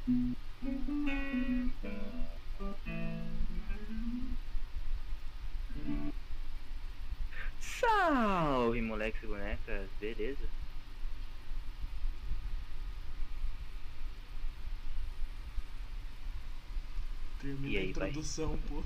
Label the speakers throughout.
Speaker 1: Salve, moleques e bonecas, beleza?
Speaker 2: Termina a introdução, pô.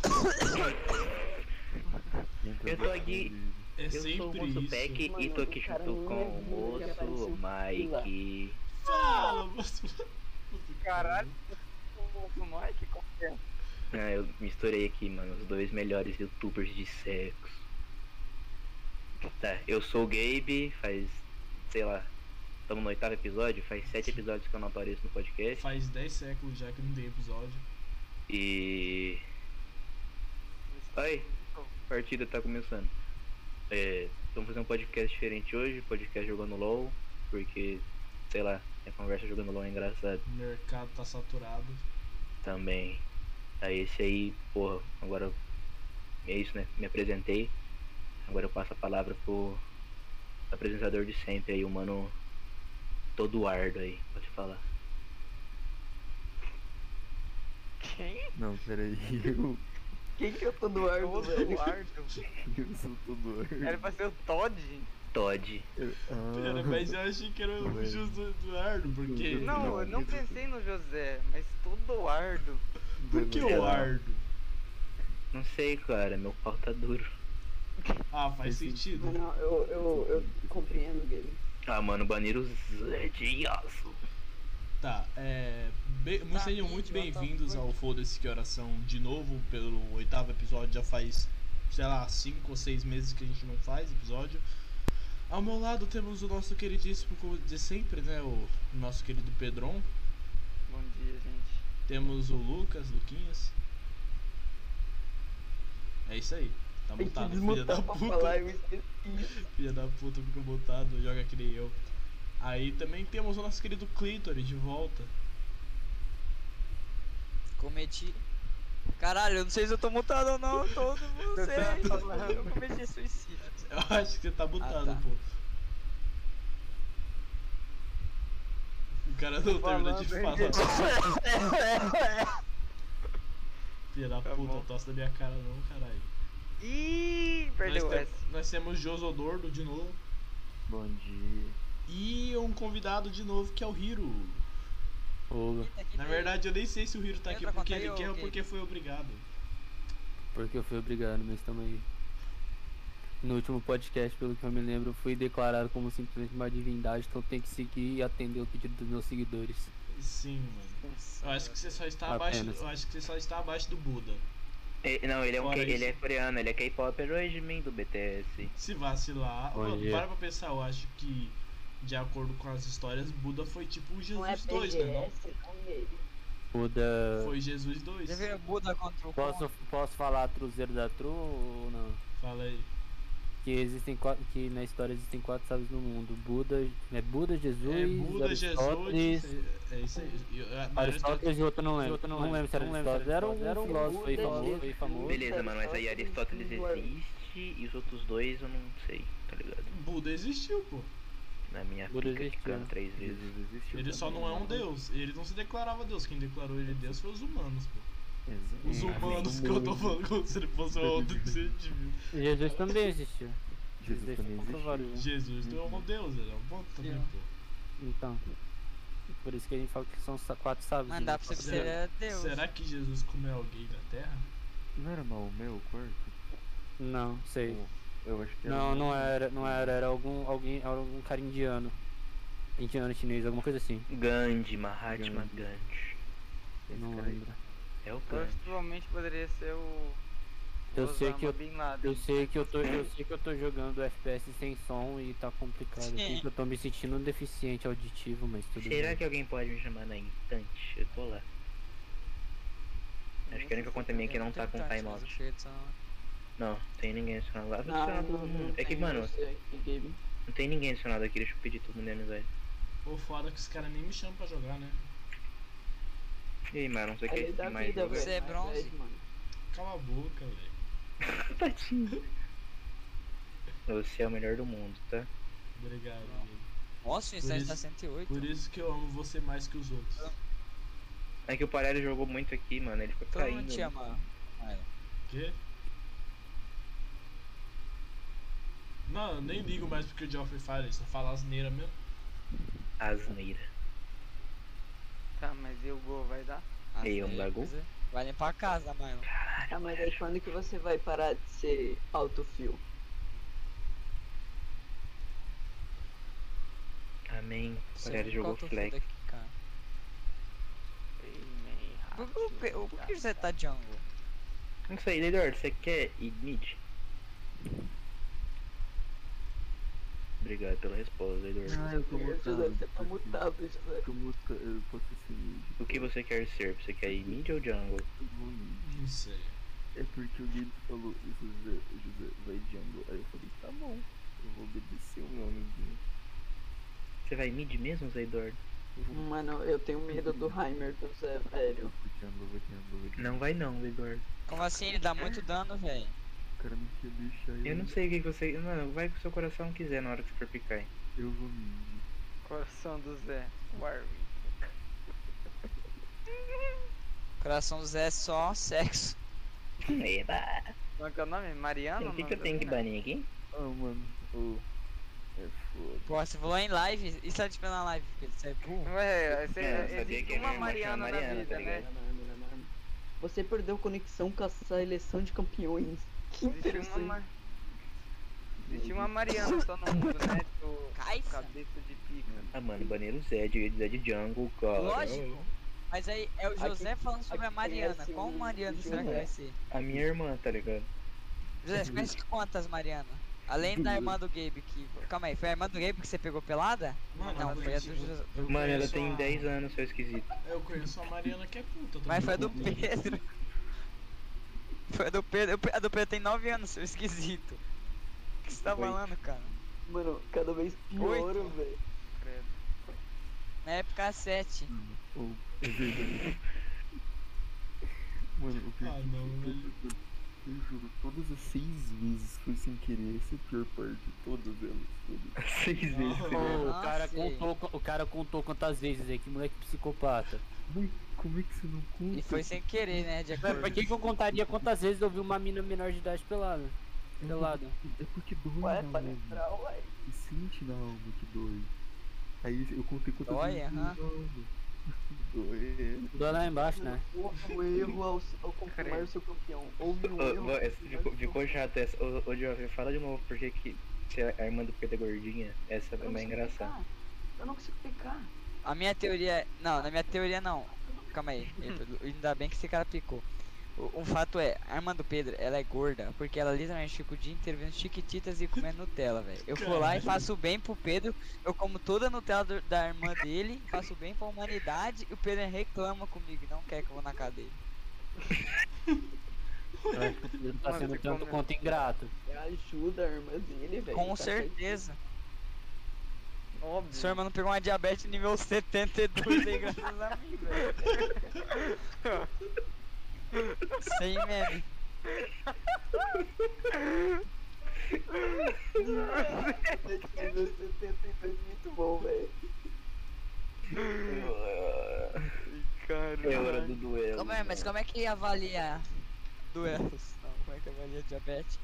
Speaker 1: Eu tô aqui,
Speaker 2: É
Speaker 1: eu sou o
Speaker 2: sempre
Speaker 1: Moço
Speaker 2: isso.
Speaker 1: Peck e tô aqui junto com o Moço Mike.
Speaker 2: Fala, moço.
Speaker 3: Caralho, o Mike, como que é?
Speaker 1: Ah, eu misturei aqui, mano, os dois melhores youtubers de sexo. Tá, eu sou o Gabe, faz, sei lá, estamos no 8º episódio, faz 7 episódios que eu não apareço no podcast.
Speaker 2: Faz 10 séculos já que não tem episódio.
Speaker 1: E... Oi, a partida tá começando. Vamos fazer um podcast diferente hoje, podcast jogando LOL, porque, sei lá, a conversa jogando LOL é engraçado.
Speaker 2: O mercado tá saturado.
Speaker 1: Também. Aí esse aí, porra, agora é isso, né? Me apresentei. Agora eu passo a palavra pro apresentador de sempre aí, o mano todo ardo aí, pode falar.
Speaker 3: Quem?
Speaker 4: Não, peraí,
Speaker 3: Quem que eu tô do Ardo, velho?
Speaker 4: eu sou todo
Speaker 3: Era
Speaker 4: ardo.
Speaker 3: pra ser o Todd?
Speaker 1: Todd.
Speaker 2: Pera, mas eu achei que era o José Eduardo, porque...
Speaker 3: Não, eu não pensei no José, mas tudo Ardo.
Speaker 2: Por que o Ardo?
Speaker 1: Não sei, cara, meu pau tá duro.
Speaker 2: Ah, faz sentido.
Speaker 5: Não, eu compreendo, Gabe.
Speaker 1: Ah, mano, baniram Zé de Aço.
Speaker 2: Tá, sejam muito bem-vindos ao Foda-se Que Oração de novo, pelo 8º episódio. Já faz, sei lá, 5 ou 6 meses que a gente não faz episódio. Ao meu lado temos o nosso queridíssimo, como de sempre, né, o nosso querido Pedron.
Speaker 3: Bom dia, gente.
Speaker 2: Temos o Luquinhas. É isso aí, tá
Speaker 5: Tem que
Speaker 2: mutado, filha
Speaker 5: desmutar
Speaker 2: da
Speaker 5: pra
Speaker 2: puta.
Speaker 5: falar, eu esqueci.
Speaker 2: Filha da puta, fica mutado, joga que nem eu. Aí também temos o nosso querido Clitoris de volta.
Speaker 6: Cometi. Caralho, eu não sei se eu tô mutado ou não, todo mundo
Speaker 3: Eu
Speaker 6: sei.
Speaker 3: tava falando.
Speaker 6: Eu cometi suicídio.
Speaker 2: Eu acho que você tá mutado,
Speaker 6: tá.
Speaker 2: pô. O cara não termina de
Speaker 3: Falando,
Speaker 2: falar. Filha da
Speaker 3: Tá
Speaker 2: puta,
Speaker 3: bom.
Speaker 2: tosse da minha cara não, caralho.
Speaker 3: Ih, perdeu
Speaker 2: nós,
Speaker 3: essa.
Speaker 2: nós temos Josodordo de novo.
Speaker 4: Bom dia.
Speaker 2: E um convidado de novo que é o Hiro.
Speaker 4: Olá.
Speaker 2: Na verdade eu nem sei se o Hiro tá aqui
Speaker 6: Entra,
Speaker 2: porque
Speaker 6: conta aí,
Speaker 2: ele quer ou
Speaker 6: ok.
Speaker 2: porque foi obrigado.
Speaker 4: Porque eu fui obrigado, mas tamo aí. No último podcast, pelo que eu me lembro, eu fui declarado como simplesmente uma divindade, então tem que seguir e atender o pedido dos meus seguidores.
Speaker 2: Sim, mano. Eu acho que você só está abaixo.
Speaker 4: Apenas.
Speaker 2: Eu acho que você só está abaixo do Buda.
Speaker 1: Não, ele é
Speaker 2: Fora
Speaker 1: ele
Speaker 2: isso.
Speaker 1: é coreano, ele é K-Popper hoje do BTS.
Speaker 2: Se vacilar,
Speaker 4: Bom
Speaker 2: mano,
Speaker 4: dia.
Speaker 2: para pra pensar, eu acho que de acordo com as histórias, Buda foi tipo o
Speaker 5: Não é
Speaker 2: Jesus 2, né? Não?
Speaker 5: BGS, não, Gabe.
Speaker 4: Buda.
Speaker 2: Foi Jesus 2.
Speaker 6: Já viu Buda contra o
Speaker 4: Posso falar a truzeiro da tru ou não?
Speaker 2: Fala aí.
Speaker 4: Que na história existem 4 sábios no mundo. Buda, Buda, Jesus,
Speaker 2: É Buda,
Speaker 4: Aristóteles,
Speaker 2: Jesus. É isso aí.
Speaker 4: Aristóteles e outro eu não lembro. Não lembro se era Aristóteles. Era um filósofo aí
Speaker 5: Buda,
Speaker 4: famoso.
Speaker 1: Beleza, mano, mas aí Aristóteles existe e os outros dois eu não sei, tá ligado?
Speaker 2: Buda existiu, pô.
Speaker 1: Na minha
Speaker 4: Buda
Speaker 1: pica
Speaker 4: existiu.
Speaker 1: quicando 3 vezes.
Speaker 2: Ele só não é um deus. Ele não se declarava deus. Quem declarou ele deus foi os humanos, pô. Os humanos que eu tô falando como se ele fosse um outro ser divino.
Speaker 4: Jesus também existiu.
Speaker 7: Jesus também
Speaker 4: comprovado já.
Speaker 2: Jesus não é um deus, ele é um ponto também, pô.
Speaker 4: Então, por isso que a gente fala que são 4 sábios.
Speaker 6: Mano, dá pra você que você é Deus.
Speaker 2: Será que Jesus comeu alguém da terra?
Speaker 7: Não era Maomé o quarto?
Speaker 4: Não, sei.
Speaker 7: Eu acho que era.
Speaker 4: Não era, era algum cara indiano. Indiano, chinês, alguma coisa assim.
Speaker 1: Gandhi, Mahatma
Speaker 7: Gandhi.
Speaker 1: Gandhi.
Speaker 7: Esse
Speaker 4: Não
Speaker 7: cara aí.
Speaker 4: lembro.
Speaker 1: É o Gandhi.
Speaker 3: Provavelmente poderia ser o.
Speaker 4: Eu sei que
Speaker 3: Osama Bin Laden.
Speaker 4: Eu sei que eu tô jogando FPS sem som e tá complicado aqui, que eu tô me sentindo um deficiente auditivo, mas tudo
Speaker 1: Será
Speaker 4: bem.
Speaker 1: que alguém pode me chamar na instante? Eu tô lá. Acho que a única conta minha que não tá com timeout. Não, tem ninguém adicionado lá. Vou adicionar todo mundo. É que, mano,
Speaker 5: Você aqui, Gabe.
Speaker 1: não tem ninguém adicionado aqui, deixa eu pedir todo mundo em amizade.
Speaker 2: Pô, foda que os caras nem me chamam pra jogar, né?
Speaker 1: E aí, mano, você
Speaker 5: Aí
Speaker 1: quer
Speaker 5: da
Speaker 1: mais
Speaker 5: vida,
Speaker 1: jogar?
Speaker 6: Você é
Speaker 5: velho,
Speaker 6: bronze?
Speaker 5: mas, mano.
Speaker 2: Cala a boca, velho.
Speaker 1: Patinho. Você é o melhor do mundo, tá?
Speaker 2: Obrigado, velho.
Speaker 6: Nossa, o
Speaker 2: Por
Speaker 6: instante
Speaker 2: isso-
Speaker 6: tá 108.
Speaker 2: Por isso que eu amo você mais que os outros.
Speaker 1: É que o Parelli jogou muito aqui, mano. Ele ficou
Speaker 6: Todo mundo
Speaker 1: caindo.
Speaker 6: te ama.
Speaker 2: Quê? Não, eu nem ligo mais porque o Geoffrey fala, ele só fala asneira mesmo.
Speaker 1: Asneira.
Speaker 3: Tá, mas e o gol vai dar?
Speaker 1: Ei, eu não dá gol?
Speaker 6: Vai limpar a casa, mano.
Speaker 5: Ah, mas aí quando que você vai parar de ser autofio?
Speaker 1: Amém. O
Speaker 6: Você
Speaker 1: Parelli
Speaker 6: viu
Speaker 1: jogou
Speaker 6: qual
Speaker 1: flex.
Speaker 6: tudo aqui, cara? Por que você tá jungle?
Speaker 1: Não sei, Eduardo, você quer ir mid? Obrigado pela resposta, Eduardo.
Speaker 7: Ah, eu tô
Speaker 5: José,
Speaker 7: mutado.
Speaker 5: você tá mutado, José.
Speaker 7: Eu posso ser mid.
Speaker 1: O que você quer ser? Você quer ir mid ou jungle?
Speaker 7: Eu vou mid.
Speaker 2: Não sei.
Speaker 7: É porque o Gabe falou, José, vai jungle. Aí eu falei, tá bom, eu vou obedecer o meu amiguinho.
Speaker 1: Você vai mid mesmo, Zé Eduardo?
Speaker 5: Mano, eu tenho medo do Heimer do Zé, velho.
Speaker 7: Eu vou jungle.
Speaker 1: Não vai não, Zé Eduardo.
Speaker 6: Como assim? Ele dá muito dano, velho.
Speaker 7: O cara me quer deixar
Speaker 1: Eu não sei o que você... Mano, vai com o seu coração quiser na hora que você for picar. Hein?
Speaker 7: Eu vou mid.
Speaker 3: Coração do Zé. Warwick.
Speaker 6: Coração do Zé é só sexo.
Speaker 1: Eba!
Speaker 3: Como é que é o nome? Mariana?
Speaker 1: O que eu tenho que banir aqui?
Speaker 7: Ah, mano. É foda.
Speaker 6: Pô, você falou em live? E se ela te ver na live, Pedro? Você é burro?
Speaker 3: Ué,
Speaker 1: Não, sabia
Speaker 3: existe
Speaker 1: que a minha
Speaker 3: uma
Speaker 1: irmã
Speaker 3: Mariana
Speaker 1: chama
Speaker 3: na
Speaker 1: Mariana,
Speaker 3: vida,
Speaker 1: tá
Speaker 3: né?
Speaker 1: ligado?
Speaker 5: Você perdeu conexão com a seleção de campeões. Que interessante.
Speaker 3: Existe uma Mariana só no mundo, né? Do
Speaker 6: Caixa?
Speaker 3: cabeça de pica.
Speaker 1: Ah, mano, baneiro Zé de jungle, cara.
Speaker 6: Lógico. Mas aí é o José falando sobre a Mariana. Qual Mariana será que vai ser?
Speaker 1: A minha irmã, tá ligado?
Speaker 6: José, você conhece quantas Mariana? Além da irmã do Gabe que... Calma aí, foi a irmã do Gabe que você pegou pelada?
Speaker 2: Mano,
Speaker 6: Não,
Speaker 2: eu
Speaker 6: foi a do
Speaker 2: conheço-
Speaker 6: José.
Speaker 2: eu
Speaker 1: Mano, ela
Speaker 2: conheço
Speaker 1: tem
Speaker 2: a-
Speaker 1: 10 anos, seu esquisito.
Speaker 2: Eu conheço a Mariana que é puta também.
Speaker 6: Mas foi a do Pedro. Foi a do Pedro. A do Pedro tem 9 anos, seu esquisito. O que você tá
Speaker 1: Oito.
Speaker 6: falando, cara?
Speaker 5: Mano, cada vez pior, velho.
Speaker 3: Credo.
Speaker 6: Na época 7.
Speaker 7: Ou, é verdade. Mano, o pior
Speaker 2: Ah, não, velho.
Speaker 7: eu juro, todas as 6 vezes foi sem querer, essa é a pior parte, todas elas, todas.
Speaker 1: 6 vezes.
Speaker 2: Ah,
Speaker 1: filho.
Speaker 4: O cara,
Speaker 6: sei.
Speaker 4: o cara contou quantas vezes aí, que moleque psicopata.
Speaker 7: Mas como é que você não conta?
Speaker 6: E foi sem querer, né? De
Speaker 4: Ué,
Speaker 6: acordo.
Speaker 4: por que eu contaria quantas vezes eu vi uma mina menor de idade pelada? Pelada.
Speaker 7: É porque dói
Speaker 5: Ué,
Speaker 7: na
Speaker 5: pra
Speaker 7: alma.
Speaker 5: lembrar, ué.
Speaker 7: Você sente na alma que dói. Aí eu contei quantas
Speaker 6: Dói,
Speaker 7: vezes
Speaker 6: aham.
Speaker 7: dói.
Speaker 4: Dói lá embaixo, né?
Speaker 5: O erro ao confirmar o seu campeão. Houve um erro.
Speaker 1: Essa ficou chato essa. Ô, Geoffrey, fala de novo porque que se a irmã do Pedro é gordinha, essa é mais engraçada.
Speaker 5: Eu não consigo picar.
Speaker 6: A minha teoria é... Não, na minha teoria não. Calma aí. Ainda bem que esse cara picou. Um fato é, a irmã do Pedro, ela é gorda, porque ela literalmente fica o dia inteiro vendo chiquititas e comendo Nutella, velho. Eu vou lá e faço bem pro Pedro, eu como toda a Nutella da irmã dele, faço bem pra humanidade e o Pedro reclama comigo e não quer que eu vou na cadeia.
Speaker 4: Eu acho que o Pedro tá
Speaker 3: Mano,
Speaker 4: sendo
Speaker 3: você
Speaker 4: tanto
Speaker 3: come-
Speaker 4: quanto ingrato.
Speaker 5: Ajuda a irmã dele, velho.
Speaker 6: Com
Speaker 5: Tá
Speaker 6: certeza.
Speaker 3: Óbvio.
Speaker 6: Sua irmã não pegou uma diabetes nível 72 aí graças a mim, velho. Sem meme.
Speaker 5: certo. Você 72 muito bom, velho.
Speaker 1: É hora do duelo.
Speaker 6: Calma aí, mas como é que avalia duelos? Não, como é que avalia diabetes?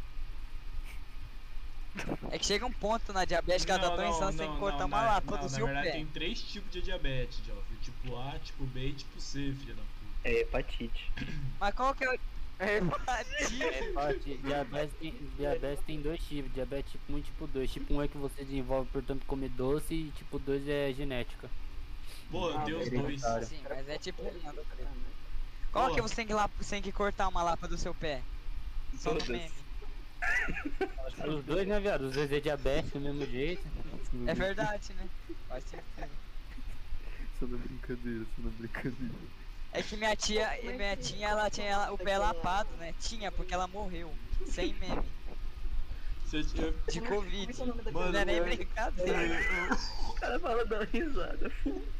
Speaker 6: É que chega um ponto na diabetes que ela tá tão insana, você tem que cortar uma lapa do seu
Speaker 2: Na verdade
Speaker 6: pé.
Speaker 2: tem 3 tipos de diabetes, Geoffrey. Tipo A, tipo B e tipo C, filha da puta.
Speaker 1: É hepatite.
Speaker 6: Mas qual que é o... Hepatite?
Speaker 4: Diabetes tem 2 tipos, diabetes tipo 1 e tipo 2. Tipo 1 é que você desenvolve por tanto comer doce e tipo 2 é genética.
Speaker 2: Pô, eu tenho os dois.
Speaker 4: hereditário.
Speaker 6: Sim, mas é tipo... Qual que você tem que, você tem que cortar uma lapa do seu pé? Só no
Speaker 1: Todas.
Speaker 6: meme.
Speaker 4: Os dois, né, viado? Os dois é diabetes do mesmo jeito.
Speaker 6: É verdade, né? Faz sentido.
Speaker 7: Só na brincadeira, só na brincadeira.
Speaker 6: É que minha tia, ela tinha o pé lapado, né? Tinha, porque ela morreu. Sem meme. De Covid.
Speaker 2: Mano,
Speaker 6: Não é nem brincadeira.
Speaker 1: O cara fala dando risada.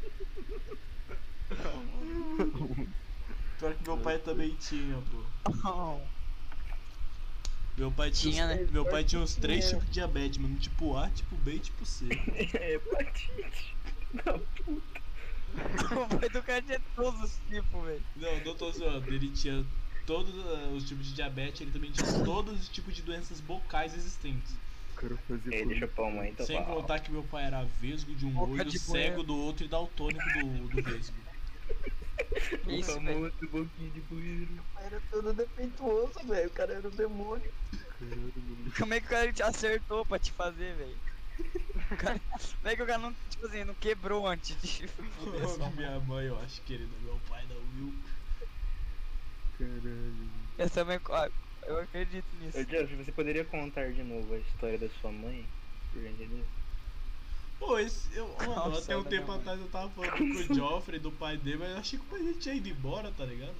Speaker 2: Pior que meu pai também tinha, pô. Meu pai
Speaker 6: Tinha, né?
Speaker 2: Meu pai tinha uns 3 tipos de diabetes, mano. Tipo A, tipo B e tipo C.
Speaker 1: É hepatite. Da puta.
Speaker 6: O pai do cara tinha todos os tipos, velho.
Speaker 2: Não tô zoando. Ele tinha todos os tipos de diabetes, ele também tinha todos os tipos de doenças bocais existentes.
Speaker 7: O cara fazia
Speaker 1: Ei, deixa pra mãe, então.
Speaker 2: Sem contar que meu pai era vesgo de um
Speaker 6: Boca
Speaker 2: olho,
Speaker 6: de
Speaker 2: cego do outro e daltônico do vesgo.
Speaker 6: Isso,
Speaker 1: O
Speaker 6: velho.
Speaker 1: famoso boquinho de bueiro.
Speaker 5: Era todo defeituoso, velho. O cara era um demônio.
Speaker 7: Caralho, mano.
Speaker 6: Como é que o cara te acertou pra te fazer, velho? Como é que o cara não, tipo assim, não quebrou antes de fuder sua mão?
Speaker 2: Minha mãe, eu acho, querida. Meu pai não viu.
Speaker 7: Caralho.
Speaker 6: Essa mãe, eu acredito nisso.
Speaker 1: Ô, Jeff, você poderia contar de novo a história da sua mãe? Por gentileza?
Speaker 2: Pô, mano,
Speaker 6: Nossa,
Speaker 2: até um
Speaker 6: da
Speaker 2: tempo
Speaker 6: minha mãe.
Speaker 2: atrás eu tava falando com o Joffrey do pai dele, mas eu achei que o pai dele tinha ido embora, tá ligado?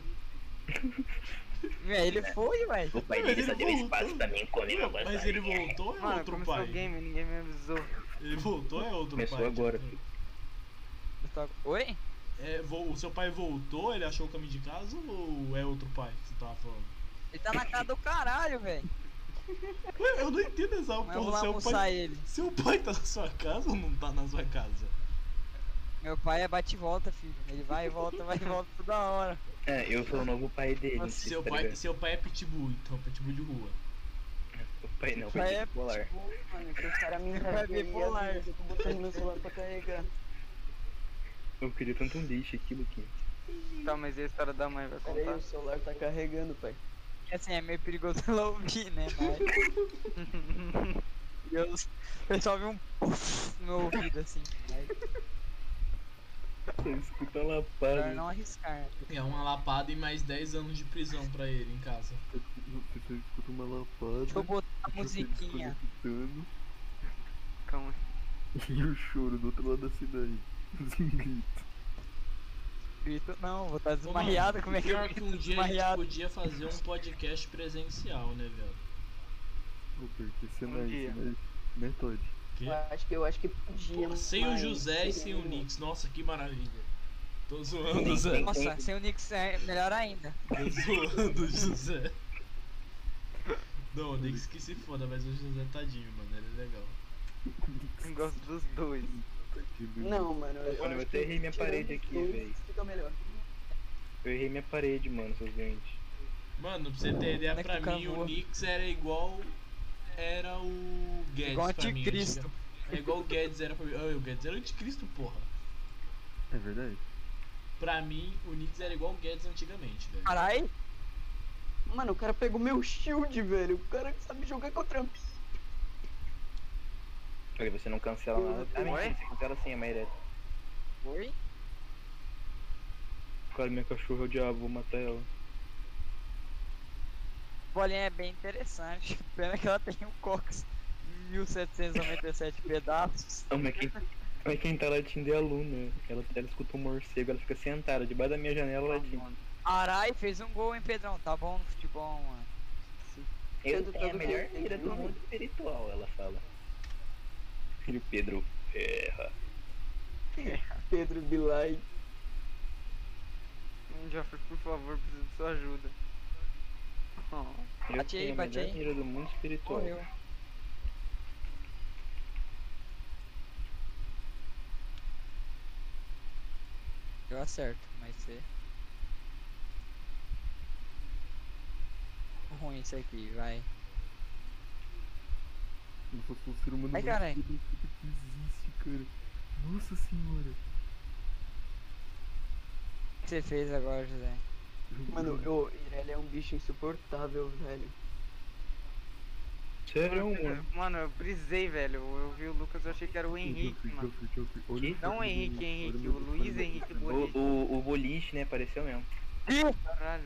Speaker 6: Ele foi, velho.
Speaker 1: O pai
Speaker 2: Mas
Speaker 1: dele só
Speaker 2: ele
Speaker 1: deu
Speaker 2: voltou.
Speaker 1: espaço pra mim comer uma
Speaker 2: Mas ele voltou ou é
Speaker 3: Mano,
Speaker 2: outro
Speaker 3: começou
Speaker 2: pai?
Speaker 3: o game, ninguém me avisou.
Speaker 2: Ele voltou ou é outro
Speaker 1: Começou
Speaker 2: pai?
Speaker 1: agora,
Speaker 2: Tipo,
Speaker 1: filho.
Speaker 6: Oi?
Speaker 2: o seu pai voltou, ele achou o caminho de casa ou é outro pai que você tava falando?
Speaker 6: Ele tá na casa do caralho, velho.
Speaker 2: Ué, eu não entendo essa
Speaker 6: Mas eu vou
Speaker 2: porra.
Speaker 6: lá
Speaker 2: Seu
Speaker 6: almoçar
Speaker 2: pai,
Speaker 6: ele.
Speaker 2: seu pai tá na sua casa ou não tá na sua casa?
Speaker 6: Meu pai é bate e volta, filho. Ele vai e volta toda hora.
Speaker 1: É, eu sou o novo pai dele. não sei
Speaker 2: Seu
Speaker 1: se tá
Speaker 2: pai,
Speaker 1: ligado.
Speaker 2: seu pai é pitbull, então, pitbull de rua.
Speaker 1: O pai não, o
Speaker 6: Pai
Speaker 1: pai
Speaker 6: é
Speaker 1: é polar.
Speaker 5: Mano, que os caras me
Speaker 6: Vai
Speaker 5: enrabam e
Speaker 6: bipolar.
Speaker 5: às vezes eu tô botando meu celular pra carregar.
Speaker 1: Eu queria tanto um lixo aqui, Luquinha.
Speaker 3: Tá, mas e a história da mãe vai
Speaker 5: Pera aí,
Speaker 3: contar?
Speaker 5: o celular tá carregando, pai.
Speaker 6: E assim, é meio perigoso ela ouvir, né? Mas. Deus. Eu só vi um puff no meu ouvido assim. Mas
Speaker 1: Escuta a
Speaker 6: melhor
Speaker 1: lapada.
Speaker 6: não arriscar.
Speaker 2: É uma lapada e mais 10 anos de prisão pra ele em casa.
Speaker 7: Você escuta uma lapada.
Speaker 6: Deixa eu botar a
Speaker 7: você
Speaker 6: musiquinha.
Speaker 7: desconectando,
Speaker 3: Calma.
Speaker 7: e o choro do outro lado da cidade. Os gritos.
Speaker 6: Grito, não, vou estar
Speaker 2: Ô,
Speaker 6: desmaiado.
Speaker 2: mano,
Speaker 6: Como é que eu
Speaker 2: pior que
Speaker 6: grito
Speaker 2: um dia a gente
Speaker 6: desmaiado?
Speaker 2: podia fazer um podcast presencial, né, velho?
Speaker 7: Pô, porque você não é
Speaker 3: dia.
Speaker 7: isso, né, Todd?
Speaker 2: Que?
Speaker 5: Eu acho que podia.
Speaker 2: Pô, sem o
Speaker 5: mas
Speaker 2: José e sem o
Speaker 5: seria-
Speaker 2: Nix, nossa, que maravilha. Tô zoando, Zé.
Speaker 6: Nossa, sem o Nix é melhor ainda.
Speaker 2: Tô zoando, José. Não, o Nix que se foda, mas o José tadinho, mano, ele é legal.
Speaker 3: Eu gosto dos dois.
Speaker 5: Não, mano.
Speaker 1: Mano, eu
Speaker 5: acho
Speaker 1: até
Speaker 5: que
Speaker 1: errei minha
Speaker 5: tirando
Speaker 1: parede
Speaker 5: os
Speaker 1: aqui,
Speaker 5: dois,
Speaker 1: velho.
Speaker 5: Fica melhor.
Speaker 1: Eu errei minha parede, mano, seus dentes.
Speaker 2: Mano, pra você ter ideia,
Speaker 6: Como é que
Speaker 2: pra
Speaker 6: o cara
Speaker 2: mim o
Speaker 6: voa?
Speaker 2: Nix era igual. Era o Guedes
Speaker 6: Igual
Speaker 2: pra mim.
Speaker 6: anticristo.
Speaker 2: É igual o Guedes era pra mim. Ah, o Guedes era anticristo, porra.
Speaker 7: É verdade?
Speaker 2: Pra mim, o Nix era igual o Guedes antigamente, velho.
Speaker 6: Carai,
Speaker 5: Mano, o cara pegou meu shield, velho. O cara que sabe jogar contra mim.
Speaker 1: Olha, você não cancela nada. Ah,
Speaker 3: Ué?
Speaker 1: mentira, você cancela sim, a maioria.
Speaker 6: oi?
Speaker 1: Cara, minha cachorra é o diabo, vou matar ela.
Speaker 6: Bolinha é bem interessante. Pena que ela tem um Cox 1797 pedaços.
Speaker 1: Não, mas quem tá latindo é a Luna. Ela escuta um morcego, ela fica sentada debaixo da minha janela latindo.
Speaker 6: Arai fez um gol, hein, Pedrão? Tá bom no futebol, mano.
Speaker 1: Eu
Speaker 5: Sendo
Speaker 1: tenho a
Speaker 5: todo
Speaker 1: melhor
Speaker 5: que-
Speaker 1: mira do mundo espiritual, ela fala. E o Pedro ferra.
Speaker 5: Pedro Bilai.
Speaker 3: Joffrey, por favor, preciso de sua ajuda. Oh.
Speaker 1: Eu
Speaker 6: Bate aí,
Speaker 1: tenho a
Speaker 6: bate
Speaker 1: melhor
Speaker 6: aí.
Speaker 1: mira do mundo espiritual.
Speaker 6: Correu. Eu acerto, mas você. Ruim isso aqui, vai.
Speaker 7: Como se fosse um ser humano
Speaker 6: Ai,
Speaker 7: mais
Speaker 6: carai.
Speaker 7: perfeito que existe, cara. Nossa senhora.
Speaker 6: O que você fez agora, José?
Speaker 5: Mano, o Irelia é um bicho insuportável, velho.
Speaker 1: Sério, mano.
Speaker 3: Mano, eu brisei, velho. Eu vi o Lucas, eu achei que era o Henrique, mano.
Speaker 7: Olha
Speaker 3: Não o Henrique, o Luiz Henrique Boliche.
Speaker 1: O boliche, né? Apareceu mesmo.
Speaker 3: Caralho.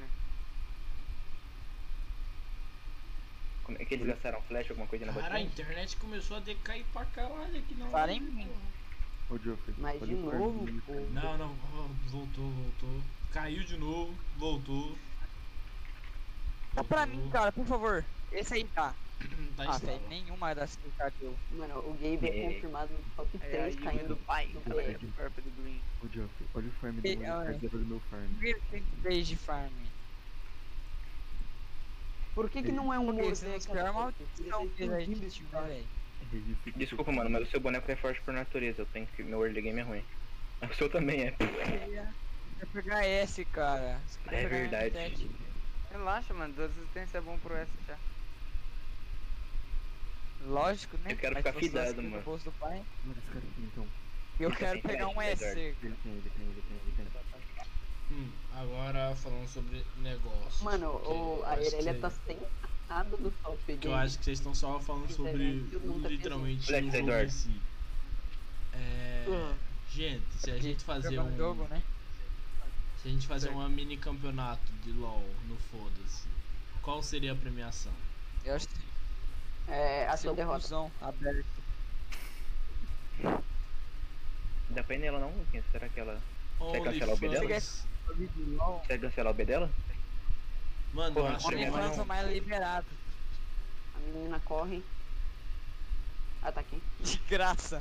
Speaker 1: Como é que eles gastaram flash, alguma coisa na
Speaker 2: Cara, a
Speaker 1: bateria?
Speaker 2: internet começou a decair pra caralho aqui na
Speaker 6: Para
Speaker 2: live,
Speaker 6: em mim.
Speaker 2: porra.
Speaker 7: Ô, Geoffrey,
Speaker 5: Mas
Speaker 7: olha
Speaker 5: de
Speaker 7: o farm
Speaker 5: novo,
Speaker 7: dele,
Speaker 5: pô.
Speaker 7: cara.
Speaker 2: Não, voltou. Caiu de novo, voltou.
Speaker 6: Dá pra mim, cara, por favor. Esse aí tá.
Speaker 2: Tá
Speaker 6: Ah,
Speaker 2: instável.
Speaker 6: velho, nenhuma das que o cara deu.
Speaker 5: Mano, o Gabe é
Speaker 1: É.
Speaker 5: confirmado no top
Speaker 3: É
Speaker 5: 3
Speaker 3: aí
Speaker 5: caindo
Speaker 3: do pai.
Speaker 5: do
Speaker 3: É,
Speaker 5: Play.
Speaker 3: do Purple do Green.
Speaker 7: Ô, Geoffrey, olha o farm do
Speaker 6: E-
Speaker 7: meu,
Speaker 6: olha.
Speaker 7: reserva do meu farm.
Speaker 6: Vira 33 de farm.
Speaker 5: Por que não é um
Speaker 6: Porque
Speaker 5: Moisés,
Speaker 6: você não
Speaker 5: cara?
Speaker 6: espera uma maldição dele aí de time, né, velho?
Speaker 7: É isso que
Speaker 1: Desculpa, mano, mas o seu boneco é forte por natureza. Eu tenho que. Meu early game é ruim. O seu também é.
Speaker 6: Quer pegar S, cara. Você quer
Speaker 1: É
Speaker 6: pegar
Speaker 1: verdade.
Speaker 6: M7.
Speaker 3: Relaxa, mano. 2 assistências é bom pro S já.
Speaker 6: Lógico, né?
Speaker 1: Eu quero
Speaker 6: Mas
Speaker 1: ficar
Speaker 6: se fosse
Speaker 1: fidado,
Speaker 6: aqui no
Speaker 1: mano.
Speaker 6: bolso do pai,
Speaker 7: Mano, esse cara tem então.
Speaker 6: eu
Speaker 1: Ele
Speaker 6: quero
Speaker 1: tem
Speaker 6: pegar um
Speaker 1: crédito,
Speaker 6: S.
Speaker 7: Ele tem.
Speaker 2: Agora falando sobre negócios.
Speaker 5: Mano,
Speaker 2: porque eu
Speaker 5: a
Speaker 2: acho
Speaker 5: Irelia
Speaker 2: que-
Speaker 5: tá sentada no top
Speaker 2: Que eu acho que vocês estão só falando sobre
Speaker 5: Nunca
Speaker 2: literalmente
Speaker 1: Flex,
Speaker 2: o jogo
Speaker 1: Eduardo.
Speaker 2: em si. Gente, se a gente fazer
Speaker 6: Jogar
Speaker 2: um.
Speaker 6: jogo, né?
Speaker 2: Se a gente fazer uma mini campeonato de LoL no Foda-se, qual seria a premiação?
Speaker 6: Eu acho que
Speaker 5: É, a
Speaker 6: seu
Speaker 5: sua derrota.
Speaker 6: cuzão aberto.
Speaker 1: Dá pra ir nela não, Luquinhas? Será que ela. Quer cancelar o B dela?
Speaker 2: OnlyFans.
Speaker 1: Quer cancelar o B dela?
Speaker 2: Mano, eu
Speaker 1: Porra,
Speaker 2: acho que
Speaker 1: premiação.
Speaker 6: OnlyFans é mais liberado.
Speaker 5: A menina corre. Ah, tá aqui.
Speaker 6: De graça.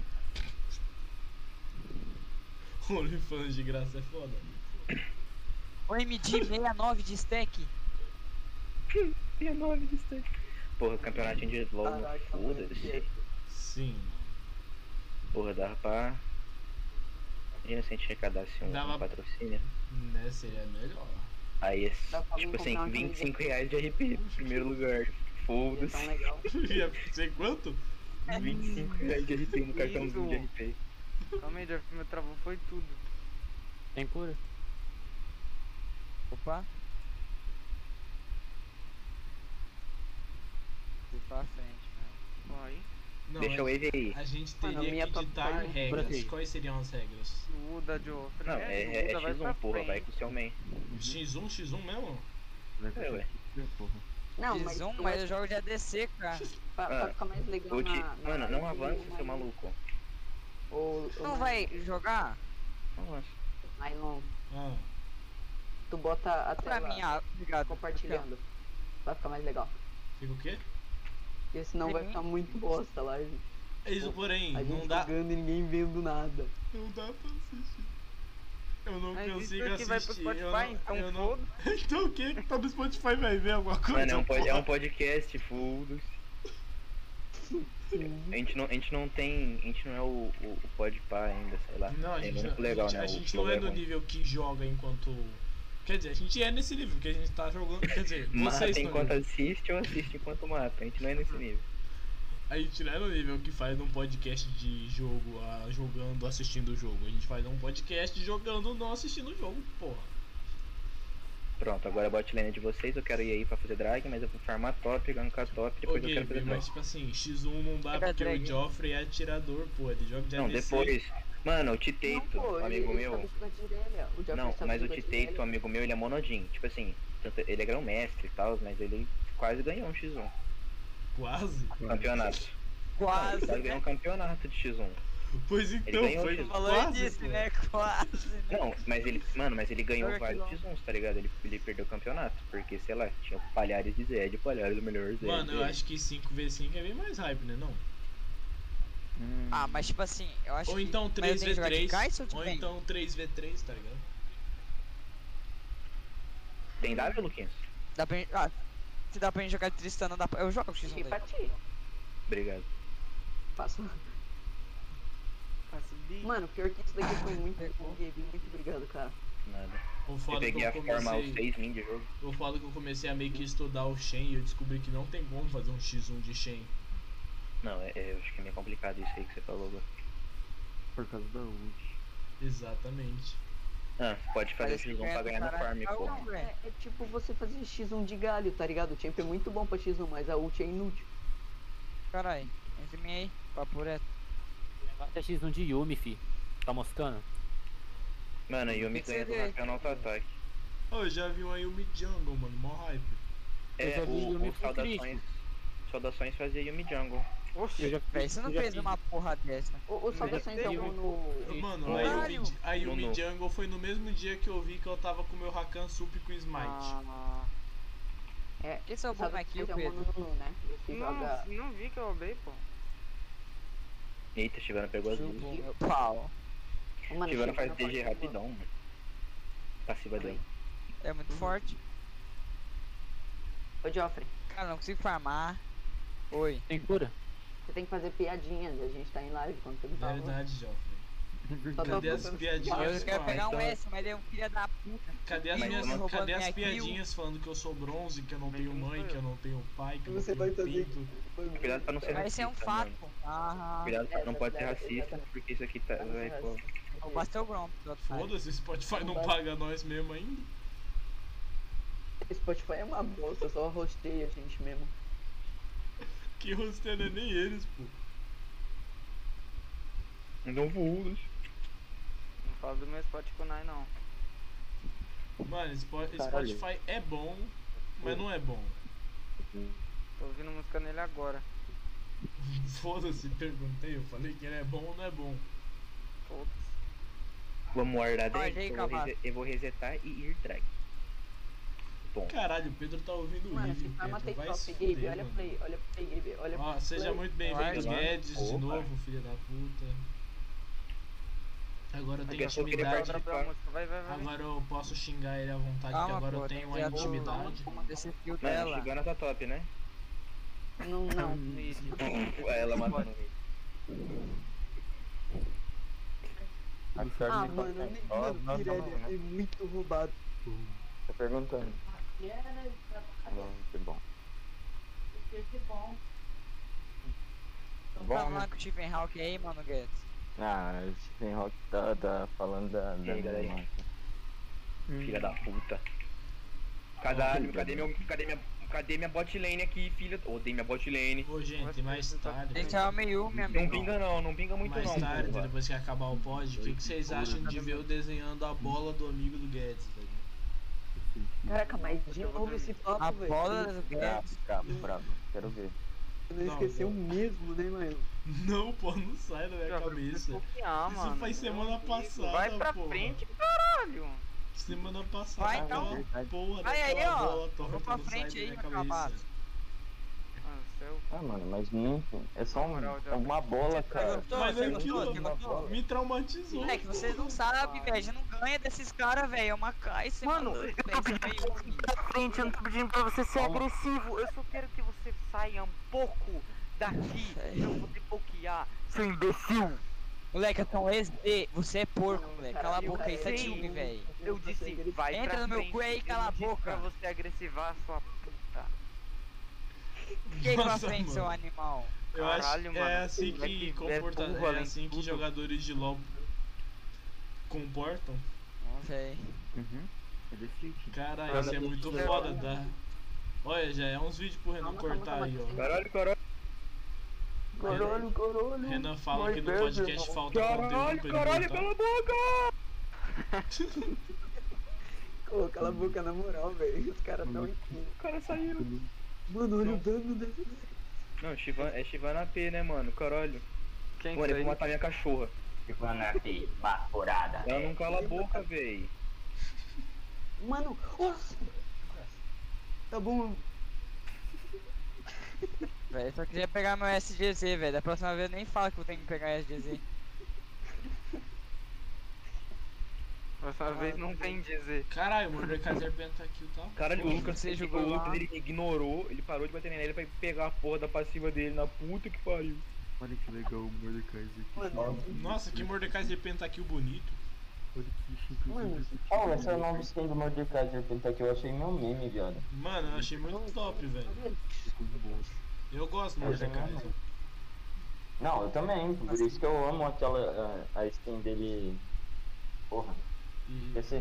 Speaker 2: OnlyFans de graça é foda.
Speaker 6: O MD 69 de stack.
Speaker 1: Tem 9 de stack. Porra, campeonatinho de LoL no
Speaker 5: Caraca,
Speaker 1: Foda-se.
Speaker 2: Sim.
Speaker 1: Porra, dava pra. Imagina se a gente arrecadasse
Speaker 2: Dava-
Speaker 1: um patrocínio.
Speaker 2: Né, seria melhor.
Speaker 1: Aí,
Speaker 5: Dá pra
Speaker 1: tipo
Speaker 5: mim
Speaker 1: assim,
Speaker 5: comprar uma
Speaker 1: 25 reais de RP, primeiro lugar.
Speaker 5: Ia
Speaker 1: Foda-se.
Speaker 5: tão legal.
Speaker 2: Ia ser quanto?
Speaker 1: 25 reais de RP no cartãozinho de RP.
Speaker 3: Calma aí, Jeff, meu travou foi tudo.
Speaker 4: Tem cura?
Speaker 6: Opa. Fui pra frente, mano.
Speaker 3: Ó, aí.
Speaker 2: Não,
Speaker 1: Deixa o Wave aí.
Speaker 2: a gente
Speaker 5: Mano, a
Speaker 2: teria
Speaker 5: minha
Speaker 2: que
Speaker 5: top
Speaker 2: editar
Speaker 5: five
Speaker 2: regras.
Speaker 4: Brasil.
Speaker 2: Quais seriam as regras?
Speaker 3: O da Joffrey.
Speaker 1: Não, é
Speaker 3: o Uda vai pra
Speaker 1: X1, porra, vai
Speaker 3: frente.
Speaker 1: com o seu main.
Speaker 2: X1 mesmo?
Speaker 1: É, ué.
Speaker 7: Porra.
Speaker 5: Não, mas,
Speaker 6: X1, mas eu jogo de ADC, cara.
Speaker 5: pra ficar mais legal
Speaker 1: Mano, não avança, seu maluco.
Speaker 6: Não vai jogar?
Speaker 1: Não avança.
Speaker 5: Aí não.
Speaker 2: Ah,
Speaker 5: Tu bota a
Speaker 6: Pra
Speaker 5: tela
Speaker 6: mim, obrigado.
Speaker 5: compartilhando. Vai ficar mais legal.
Speaker 2: fica o quê?
Speaker 5: Porque senão vai ficar muito bosta lá, gente.
Speaker 2: Isso, porém,
Speaker 5: A gente
Speaker 2: não dá.
Speaker 5: jogando e ninguém vendo nada.
Speaker 2: Não dá pra assistir. Eu não
Speaker 3: Mas isso
Speaker 2: consigo
Speaker 3: aqui vai pro
Speaker 2: assistir.
Speaker 3: Spotify, então
Speaker 2: eu não...
Speaker 3: foda.
Speaker 2: Então quem que tá no Spotify vai ver alguma coisa?
Speaker 1: Mano, é um
Speaker 2: porra?
Speaker 1: podcast, foda-se. A gente não tem. A gente não é o Podpah ainda, sei lá.
Speaker 2: Não, a
Speaker 1: É
Speaker 2: gente,
Speaker 1: muito legal, né?
Speaker 2: a
Speaker 1: o
Speaker 2: gente
Speaker 1: flow
Speaker 2: não é no
Speaker 1: ruim.
Speaker 2: nível que joga enquanto. Quer dizer, a gente é nesse nível, porque a gente tá jogando. Quer dizer,
Speaker 1: Mata
Speaker 2: vocês
Speaker 1: enquanto
Speaker 2: não.
Speaker 1: assiste ou assiste enquanto mata. A gente não é nesse nível.
Speaker 2: A gente não é no nível que faz um podcast de jogo, jogando, assistindo o jogo. A gente faz um podcast jogando, não assistindo o jogo, porra.
Speaker 1: Pronto, agora a bot lane é de vocês. Eu quero ir aí pra fazer drag, mas eu vou farmar top, gankar top, depois eu
Speaker 2: Ok,
Speaker 1: quero fazer drag.
Speaker 2: mas tipo assim, X1 não dá
Speaker 6: Pega
Speaker 2: porque
Speaker 6: drag,
Speaker 2: o
Speaker 6: hein?
Speaker 2: Joffrey é atirador, pô. Ele joga de
Speaker 1: Não,
Speaker 2: ADC.
Speaker 1: depois. Mano, o Titeito, amigo meu. Não, mas o Titeito, amigo meu, ele é monodin. Tipo assim, ele é grão-mestre e tal, mas ele quase ganhou um X1.
Speaker 2: Quase?
Speaker 1: Campeonato.
Speaker 6: Quase.
Speaker 1: Ele quase ganhou um campeonato de X1.
Speaker 2: Pois então,
Speaker 1: ganhou
Speaker 2: foi
Speaker 1: o
Speaker 6: Falou
Speaker 2: quase,
Speaker 6: disso,
Speaker 2: pô.
Speaker 6: né? Quase, né?
Speaker 1: Não, mas ele ganhou
Speaker 6: Joga
Speaker 1: vários
Speaker 6: que
Speaker 1: X1s, tá ligado? Ele perdeu o campeonato, porque, sei lá, tinha o Palhares de Zed, o Palhares o melhor Zed.
Speaker 2: Mano, eu acho que 5v5 é bem mais hype, né não?
Speaker 6: Ah, mas tipo assim, eu acho
Speaker 2: Ou
Speaker 6: que...
Speaker 2: então
Speaker 6: mas eu tenho que jogar de
Speaker 2: 3v3,
Speaker 6: Kai'Sa ou de
Speaker 2: ou
Speaker 6: Vayne?
Speaker 2: então 3v3, tá ligado?
Speaker 1: Tem W, Luquinhas?
Speaker 6: Dá pra gente... se dá pra gente jogar de Tristana, dá pra... eu jogo X1
Speaker 5: E pra
Speaker 6: daí.
Speaker 5: ti.
Speaker 1: Obrigado.
Speaker 5: Passo.
Speaker 3: Faço bi.
Speaker 5: Mano, pior que isso daqui foi muito bom, Gabe. Muito obrigado, cara.
Speaker 1: Nada.
Speaker 2: O
Speaker 1: Eu
Speaker 2: foda que
Speaker 1: peguei
Speaker 2: eu
Speaker 1: a formar os
Speaker 2: comecei...
Speaker 1: 6 min de jogo.
Speaker 2: O foda que eu comecei a meio que estudar o Shen e eu descobri que não tem como fazer um X1 de Shen.
Speaker 1: Não, eu acho que é meio complicado isso aí que você falou agora.
Speaker 7: Por causa da ult.
Speaker 2: Exatamente.
Speaker 1: Ah, pode fazer
Speaker 6: Parece
Speaker 1: X1
Speaker 6: que
Speaker 1: pra ganhar no farm,
Speaker 6: caralho,
Speaker 1: pô.
Speaker 6: não, velho.
Speaker 5: É tipo você fazer X1 de galho, tá ligado? O champ é muito bom pra X1, mas a ult é inútil.
Speaker 6: Carai, entre mim aí, papo reto.
Speaker 4: É X1 de Yumi, fi. Tá moscando?
Speaker 1: Mano, a Yumi ganha do Rafael no auto-ataque.
Speaker 2: Oh, eu já vi uma Yumi Jungle, mano, mó hype.
Speaker 4: Eu
Speaker 1: É,
Speaker 4: já vi Yumi
Speaker 1: o
Speaker 4: full
Speaker 1: Saudações fazia Yumi Jungle.
Speaker 3: Oxi.
Speaker 4: Eu já
Speaker 6: Véi, você não
Speaker 4: eu já
Speaker 6: fez
Speaker 4: fiz-
Speaker 6: uma porra dessa.
Speaker 5: O Saudações é bom no...
Speaker 2: Mano,
Speaker 6: Caralho.
Speaker 2: a Yumi
Speaker 1: No-
Speaker 2: Jungle foi no mesmo dia que eu vi que eu tava com o meu Rakan Sup com Smite.
Speaker 5: É,
Speaker 6: Esse é o bom aqui, o
Speaker 5: Saudações é
Speaker 6: Pedro.
Speaker 5: bom no Nunu, né? Você joga...
Speaker 3: Não vi que eu roubei, pô.
Speaker 1: Eita, Chivana pegou as
Speaker 6: Chupou
Speaker 1: duas.
Speaker 6: meu pau.
Speaker 5: Ô, mano,
Speaker 1: Chivana faz
Speaker 5: Chivana
Speaker 1: DG
Speaker 5: faz-
Speaker 1: rapidão, mano. Passiva dele.
Speaker 6: É muito forte.
Speaker 5: Ô, Joffrey,
Speaker 6: Cara, não consigo farmar. Oi.
Speaker 4: Tem cura?
Speaker 5: você tem que fazer piadinhas. A gente tá em live quando você não tá.
Speaker 2: Verdade, Joffrey. Cadê as
Speaker 6: Eu
Speaker 2: piadinhas?
Speaker 6: quero pegar um
Speaker 1: então-
Speaker 6: S, mas ele é um filho da puta.
Speaker 2: Cadê as,
Speaker 6: Mas
Speaker 2: minhas,
Speaker 6: roubando
Speaker 2: cadê as
Speaker 6: minha kill.
Speaker 2: piadinhas falando que eu sou bronze, que eu não tenho mãe, que eu não tenho pai, que eu não
Speaker 5: Você
Speaker 2: tenho
Speaker 5: vai fazer.
Speaker 2: pinto?
Speaker 1: Cuidado pra não ser
Speaker 6: Vai ser um
Speaker 1: racista,
Speaker 6: fato.
Speaker 1: mano.
Speaker 6: Aham.
Speaker 1: Cuidado pra não pode ser
Speaker 5: Exatamente.
Speaker 1: racista, porque isso aqui tá. Vai, pô.
Speaker 6: O Buster Grump, do otário.
Speaker 2: Foda-se, Spotify não paga nós mesmo ainda.
Speaker 5: Spotify é uma bosta, só rosteia a gente mesmo.
Speaker 2: Que rosteio não é nem eles, pô.
Speaker 1: Não vou.
Speaker 3: Não fala do meu Spotify não.
Speaker 2: Mano,
Speaker 7: Caralho.
Speaker 2: Spotify é bom, mas não é bom.
Speaker 3: Tô ouvindo música nele agora.
Speaker 2: Foda-se, perguntei, eu falei que ele é bom ou não é bom.
Speaker 3: Foda-se.
Speaker 1: Vamos guardar
Speaker 6: Pode aí, Cavalo.
Speaker 1: eu vou resetar e ir drag. Bom.
Speaker 2: Caralho, o Pedro tá ouvindo o
Speaker 5: Mano,
Speaker 2: Ivy,
Speaker 5: se arma
Speaker 2: Pedro,
Speaker 5: take
Speaker 2: vai se
Speaker 5: top, Gabe,
Speaker 2: fuder,
Speaker 5: olha
Speaker 2: mano.
Speaker 5: play, Gabe, olha
Speaker 2: Ó, seja
Speaker 5: play.
Speaker 2: muito bem-vindo,
Speaker 1: Vai,
Speaker 2: Guedes, de
Speaker 1: opa.
Speaker 2: novo, filho da puta. Agora eu tenho
Speaker 1: Daqui a pouco ele
Speaker 2: intimidade.
Speaker 1: vai
Speaker 3: Pra música, vai.
Speaker 2: Agora eu posso xingar ele à vontade,
Speaker 6: Calma,
Speaker 2: que agora
Speaker 6: pô,
Speaker 2: eu tenho
Speaker 6: tem
Speaker 2: a
Speaker 6: que
Speaker 2: intimidade.
Speaker 6: Desse fio
Speaker 1: Mano,
Speaker 6: dela.
Speaker 1: Chigana tá top, né?
Speaker 5: Não.
Speaker 1: Ela matando ele.
Speaker 7: A Charlie
Speaker 5: Ah, mano,
Speaker 7: Não,
Speaker 5: Pirelli é muito roubado.
Speaker 7: Tá perguntando. Não, que bom.
Speaker 6: Não
Speaker 7: Bom,
Speaker 6: tá
Speaker 7: né?
Speaker 6: falando com o Stephen Hawking aí, mano, Guedes?
Speaker 7: Ah, o Stephen Hawking tá falando da
Speaker 1: E aí,
Speaker 7: minha
Speaker 1: galera?
Speaker 7: marca.
Speaker 1: Filha da puta. Caralho, cadê minha bot lane aqui, filha? Odeio minha bot lane.
Speaker 2: Ô, gente, mais tarde.
Speaker 6: Esse é o meio, meu
Speaker 1: Não
Speaker 6: amigo.
Speaker 1: pinga não pinga muito
Speaker 2: Mais
Speaker 1: não,
Speaker 2: tarde,
Speaker 1: porra.
Speaker 2: depois que acabar o pod, o que vocês acham de ver eu desenhando a bola do amigo do Guedes, velho?
Speaker 5: Caraca, mas de novo esse papo,
Speaker 6: A
Speaker 5: velho.
Speaker 6: bola do Guedes.
Speaker 7: Bravo. Quero ver.
Speaker 5: Não esqueceu mesmo, né, mano?
Speaker 2: Não, pô, não sai da minha cabeça. Isso faz semana passada,
Speaker 3: Vai pra
Speaker 2: porra.
Speaker 3: frente, caralho.
Speaker 2: Semana passada,
Speaker 6: Vai, então.
Speaker 2: aquela porra
Speaker 6: Vai aí,
Speaker 2: daquela
Speaker 6: ó.
Speaker 2: bola torta
Speaker 6: Vou pra
Speaker 2: não sai
Speaker 6: frente
Speaker 2: da
Speaker 6: aí,
Speaker 2: minha
Speaker 6: meu
Speaker 2: cabeça.
Speaker 6: cabaço.
Speaker 7: Ah, mano, mas muito. É só
Speaker 3: moral,
Speaker 7: uma bola, cara.
Speaker 6: gostou?
Speaker 2: Mas
Speaker 6: Você
Speaker 2: aquilo
Speaker 6: gostou? Você gostou?
Speaker 2: me traumatizou.
Speaker 6: É que vocês não sabem, velho. A gente não ganha desses caras, velho. É uma caixa.
Speaker 3: Mano, eu tô pedindo pra frente, eu não tô pedindo pra você ser agressivo. Eu só quero que você saia um pouco daqui pra eu poder bloquear, seu imbecil.
Speaker 6: Moleque, eu tô um SD. Você é porco, moleque. Cala a boca aí, tá
Speaker 3: Sim.
Speaker 6: ciúme, velho.
Speaker 3: Eu disse, vai
Speaker 6: Entra
Speaker 3: pra
Speaker 6: no meu
Speaker 3: frente.
Speaker 6: cu aí,
Speaker 3: eu
Speaker 6: cala a
Speaker 3: não disse
Speaker 6: boca.
Speaker 3: pra você agressivar, sua puta.
Speaker 6: Fiquei pra
Speaker 2: Nossa,
Speaker 6: frente,
Speaker 2: mano.
Speaker 6: seu animal.
Speaker 2: Eu acho
Speaker 3: Caralho,
Speaker 2: que é
Speaker 3: mano,
Speaker 2: assim
Speaker 3: esse moleque
Speaker 2: que
Speaker 3: é
Speaker 2: comporta,
Speaker 3: burro
Speaker 2: é
Speaker 3: além
Speaker 2: assim
Speaker 3: de
Speaker 2: que
Speaker 3: tudo.
Speaker 2: jogadores de LoL comportam.
Speaker 6: Véi.
Speaker 7: Uhum. É desse jeito.
Speaker 2: Caralho, isso é muito foda, tá? Olha, já é uns vídeos pro Renan cortar aí, ó.
Speaker 1: Caralho.
Speaker 7: Caralho.
Speaker 2: Renan fala que no
Speaker 7: Mas
Speaker 2: podcast
Speaker 7: Deus,
Speaker 2: falta conteúdo pra ele
Speaker 1: Caralho,
Speaker 2: cortar.
Speaker 1: cala a boca!
Speaker 5: Ô, cala a boca na moral, velho. Os caras tão aqui.
Speaker 1: Os caras saíram.
Speaker 5: Mano, olha o dano desse.
Speaker 1: Não, é Shivana AP, né, mano? Caralho.
Speaker 3: Quem
Speaker 1: Mano, eu vou
Speaker 3: que
Speaker 1: matar minha cachorra.
Speaker 8: Ivanapi, baforada.
Speaker 1: Ela não cala a boca, véi.
Speaker 5: Mano, nossa. Tá bom.
Speaker 6: Véi, só queria pegar meu SGZ, velho. Da próxima vez eu nem falo que eu tenho que pegar SGZ.
Speaker 3: Próxima vez não tem dizer.
Speaker 2: Caralho, o Mordekaiser Pentakill tá.
Speaker 1: Caralho, o Lucas,
Speaker 6: Você
Speaker 1: o
Speaker 6: jogou lá.
Speaker 1: Lucas ele ignorou, ele parou de bater nele pra pegar a porra da passiva dele na puta que pariu.
Speaker 7: Olha que legal o Mordekaiser aqui.
Speaker 5: Mano,
Speaker 2: Nossa, que Mordekaiser Pentakill bonito.
Speaker 7: Olha que chique.
Speaker 5: Mano,
Speaker 8: Oh, essa é a nova skin do Mordekaiser Pentakill, que eu achei meu meme, viado.
Speaker 2: Mano, eu achei muito top, velho. Eu gosto do
Speaker 8: Eu achei
Speaker 2: Mordekaiser.
Speaker 8: mesmo. Não, eu também, por isso que eu amo aquela, a skin dele. Porra,
Speaker 2: E-
Speaker 8: esqueci.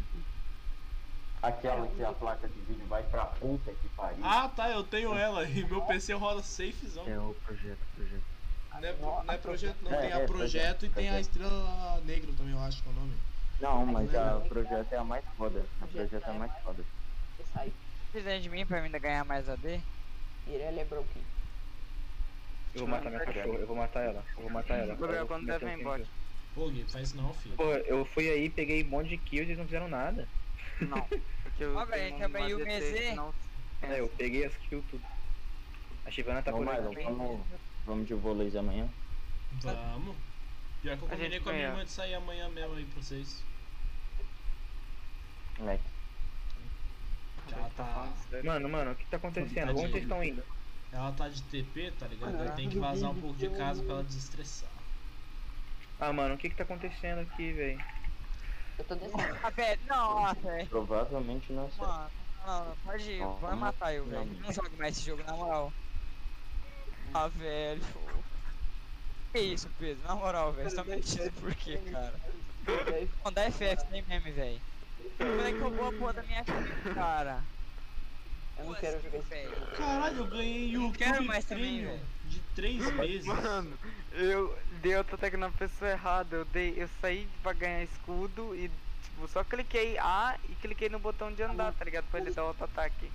Speaker 8: Aquela que a placa de vídeo vai pra puta que pariu.
Speaker 2: Ah, tá, eu tenho ela e meu PC roda safezão.
Speaker 7: É o projeto.
Speaker 2: Não é projeto não,
Speaker 8: É,
Speaker 2: tem a
Speaker 8: é,
Speaker 2: projeto e tem a
Speaker 8: projeto.
Speaker 2: estrela negra também, eu acho que é o nome.
Speaker 8: Não, mas a projeto é a mais foda. A projeto é a mais foda.
Speaker 5: sai.
Speaker 6: Precisa de mim pra mim ainda ganhar mais AD?
Speaker 5: Ele é broken.
Speaker 1: Eu vou matar minha cachorra, eu vou matar ela.
Speaker 3: Gabriel, quando der, vem bot.
Speaker 2: Pô, Gui, faz isso não, filho.
Speaker 1: Pô, eu fui aí, peguei um monte de kills e eles não fizeram nada.
Speaker 3: Não, porque eu
Speaker 6: Ó, velho,
Speaker 3: tenho
Speaker 6: também
Speaker 3: uma
Speaker 6: o
Speaker 3: DT,
Speaker 6: MZ.
Speaker 3: não-
Speaker 1: É, eu peguei as kills tudo. A Shivana tá
Speaker 8: Não,
Speaker 1: por
Speaker 8: Marlon,
Speaker 1: aí.
Speaker 8: vamos de vôlei amanhã.
Speaker 2: Vamos. Pior que eu
Speaker 3: A
Speaker 2: combinei
Speaker 3: gente
Speaker 2: com a minha
Speaker 3: ganha.
Speaker 2: irmã de sair amanhã mesmo aí pra vocês.
Speaker 8: Moleque.
Speaker 2: Ela tá.
Speaker 1: Mano, o que tá acontecendo? Onde vocês estão indo?
Speaker 2: Ela tá de TP, tá ligado? Ela tem que vazar um pouco de casa pra ela desestressar.
Speaker 1: Ah, mano, o que tá acontecendo aqui, velho?
Speaker 5: Eu tô descendo.
Speaker 6: Ah, velho, não, velho.
Speaker 8: Provavelmente não sei.
Speaker 6: Mano, não, pode ir, vai matar eu, velho. Não jogo mais esse jogo, na moral. Ah, velho. Que isso, Pedro? Na moral, velho. Você tá mentindo por quê, cara? Não, dá FF, nem meme, velho. O moleque roubou a porra da minha kill, cara.
Speaker 5: Eu não quero jogar esse
Speaker 6: velho.
Speaker 2: Caralho, eu ganhei o
Speaker 6: quero
Speaker 2: YouTube
Speaker 6: mais também,
Speaker 2: Premium
Speaker 6: velho.
Speaker 2: de 3 meses.
Speaker 3: Mano, eu dei auto-ataque na pessoa errada. Eu saí pra ganhar escudo e tipo, só cliquei A e cliquei no botão de andar, tá ligado? Pra ele dar auto-ataque.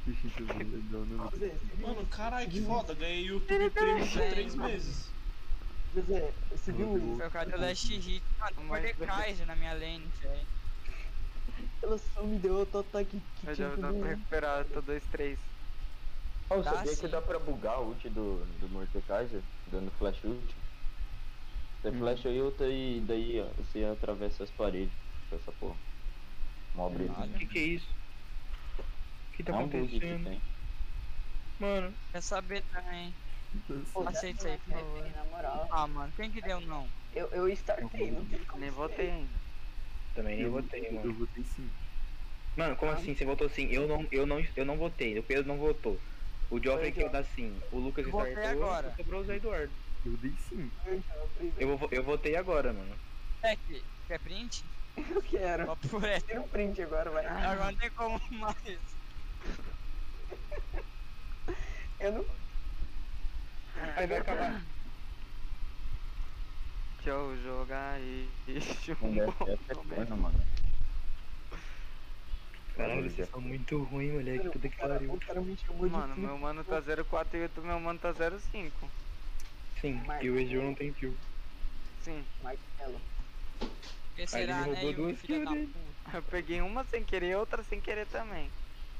Speaker 2: Mano, caralho, que foda. Ganhei o YouTube Premium de 3 meses.
Speaker 5: José, você viu?
Speaker 6: Foi o cara do Last Hit. Mano, Mordekaiser na minha lane, velho.
Speaker 5: Ela só me deu auto-ataque que
Speaker 3: Eu
Speaker 5: tinha
Speaker 3: já dá pra
Speaker 5: como...
Speaker 3: recuperar, tô 2-3.
Speaker 8: Oh,
Speaker 6: Dá
Speaker 8: sabia
Speaker 6: sim.
Speaker 8: que dá pra bugar o ult do Mordekaiser? Dando flash ult? Você flash ult e daí ó, você atravessa as paredes com essa porra. Mó brisa.
Speaker 6: Caralho.
Speaker 1: O que é isso? O que tá
Speaker 8: É um bug que
Speaker 1: acontecendo?
Speaker 8: tem.
Speaker 1: Mano,
Speaker 6: Quer saber também.
Speaker 5: Pô, dá
Speaker 6: Aceita isso aí, por favor.
Speaker 5: na moral.
Speaker 6: Ah, mano, quem que deu não?
Speaker 5: Eu startei, não tem como
Speaker 3: Nem
Speaker 5: ser.
Speaker 3: voltei ainda.
Speaker 1: também nem votei,
Speaker 7: Eu
Speaker 1: mano.
Speaker 7: votei sim.
Speaker 1: Mano, como assim? Você votou sim? Eu não votei. O Pedro não votou. O Geoffrey quer dar sim. O Lucas
Speaker 6: Eu votei
Speaker 1: startou,
Speaker 6: agora.
Speaker 1: sobrou o Zé Eduardo.
Speaker 7: Eu dei sim.
Speaker 1: Eu votei agora, mano.
Speaker 6: Moleque, quer print?
Speaker 5: Eu quero.
Speaker 6: Papo reto.
Speaker 5: Tira um print agora, vai.
Speaker 6: Agora não tem como mais.
Speaker 5: Eu não...
Speaker 1: Aí vai acabar.
Speaker 3: Deixa eu jogar isso.
Speaker 8: Não deve ser corno, mano.
Speaker 1: Caralho, vocês são muito ruins, moleque. Puta que pariu.
Speaker 5: O cara me chamou de
Speaker 3: Mano, meu mano tá 0,4 e o meu mano tá 0,5.
Speaker 1: Sim, e o Ezio não tem kill.
Speaker 3: Sim.
Speaker 5: Martelo.
Speaker 6: Quem será,
Speaker 1: ele
Speaker 6: né,
Speaker 1: roubou
Speaker 6: Yumi,
Speaker 1: duas
Speaker 6: filha da
Speaker 1: kills,
Speaker 6: puta?
Speaker 3: Eu peguei uma sem querer, outra sem querer também.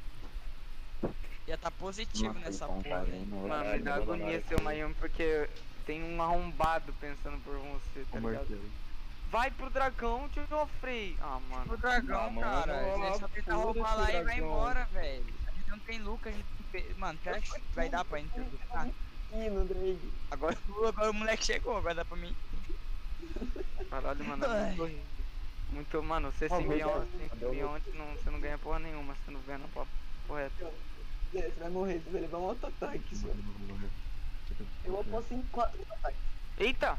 Speaker 6: Ia tá positivo
Speaker 8: Nossa,
Speaker 6: nessa
Speaker 8: ele tá um
Speaker 6: porra,
Speaker 8: cara,
Speaker 6: velho.
Speaker 8: hein, não
Speaker 3: Mano,
Speaker 8: vai-
Speaker 3: me dá
Speaker 1: não vou
Speaker 3: agonia
Speaker 1: dar
Speaker 3: ser
Speaker 1: nada
Speaker 3: uma Yumi porque tem um arrombado pensando por você, tá
Speaker 7: O
Speaker 3: ligado?
Speaker 7: martelo.
Speaker 3: Vai pro dragão, Geoffrey. Ah,
Speaker 6: O
Speaker 3: mano.
Speaker 6: dragão,
Speaker 1: Ah, mano,
Speaker 6: cara.
Speaker 1: ó,
Speaker 6: Ele só tenta
Speaker 1: foda-se
Speaker 6: roubar
Speaker 1: o
Speaker 6: lá e vai
Speaker 1: dragão.
Speaker 6: embora, velho. A gente não tem Lucas, a gente não tem... Mano, será que vai dar pra introduzir?
Speaker 5: Ih, no drag.
Speaker 6: Agora o moleque chegou, agora dá pra mim.
Speaker 3: Caralho, mano, é muito horrível. Muito, mano, você simbionte, não, você não ganha porra nenhuma sendo vendo a papo correto.
Speaker 5: Zé, você vai morrer, você vai levar um auto-ataque só. Eu aposto em 4 ataques.
Speaker 3: Eita!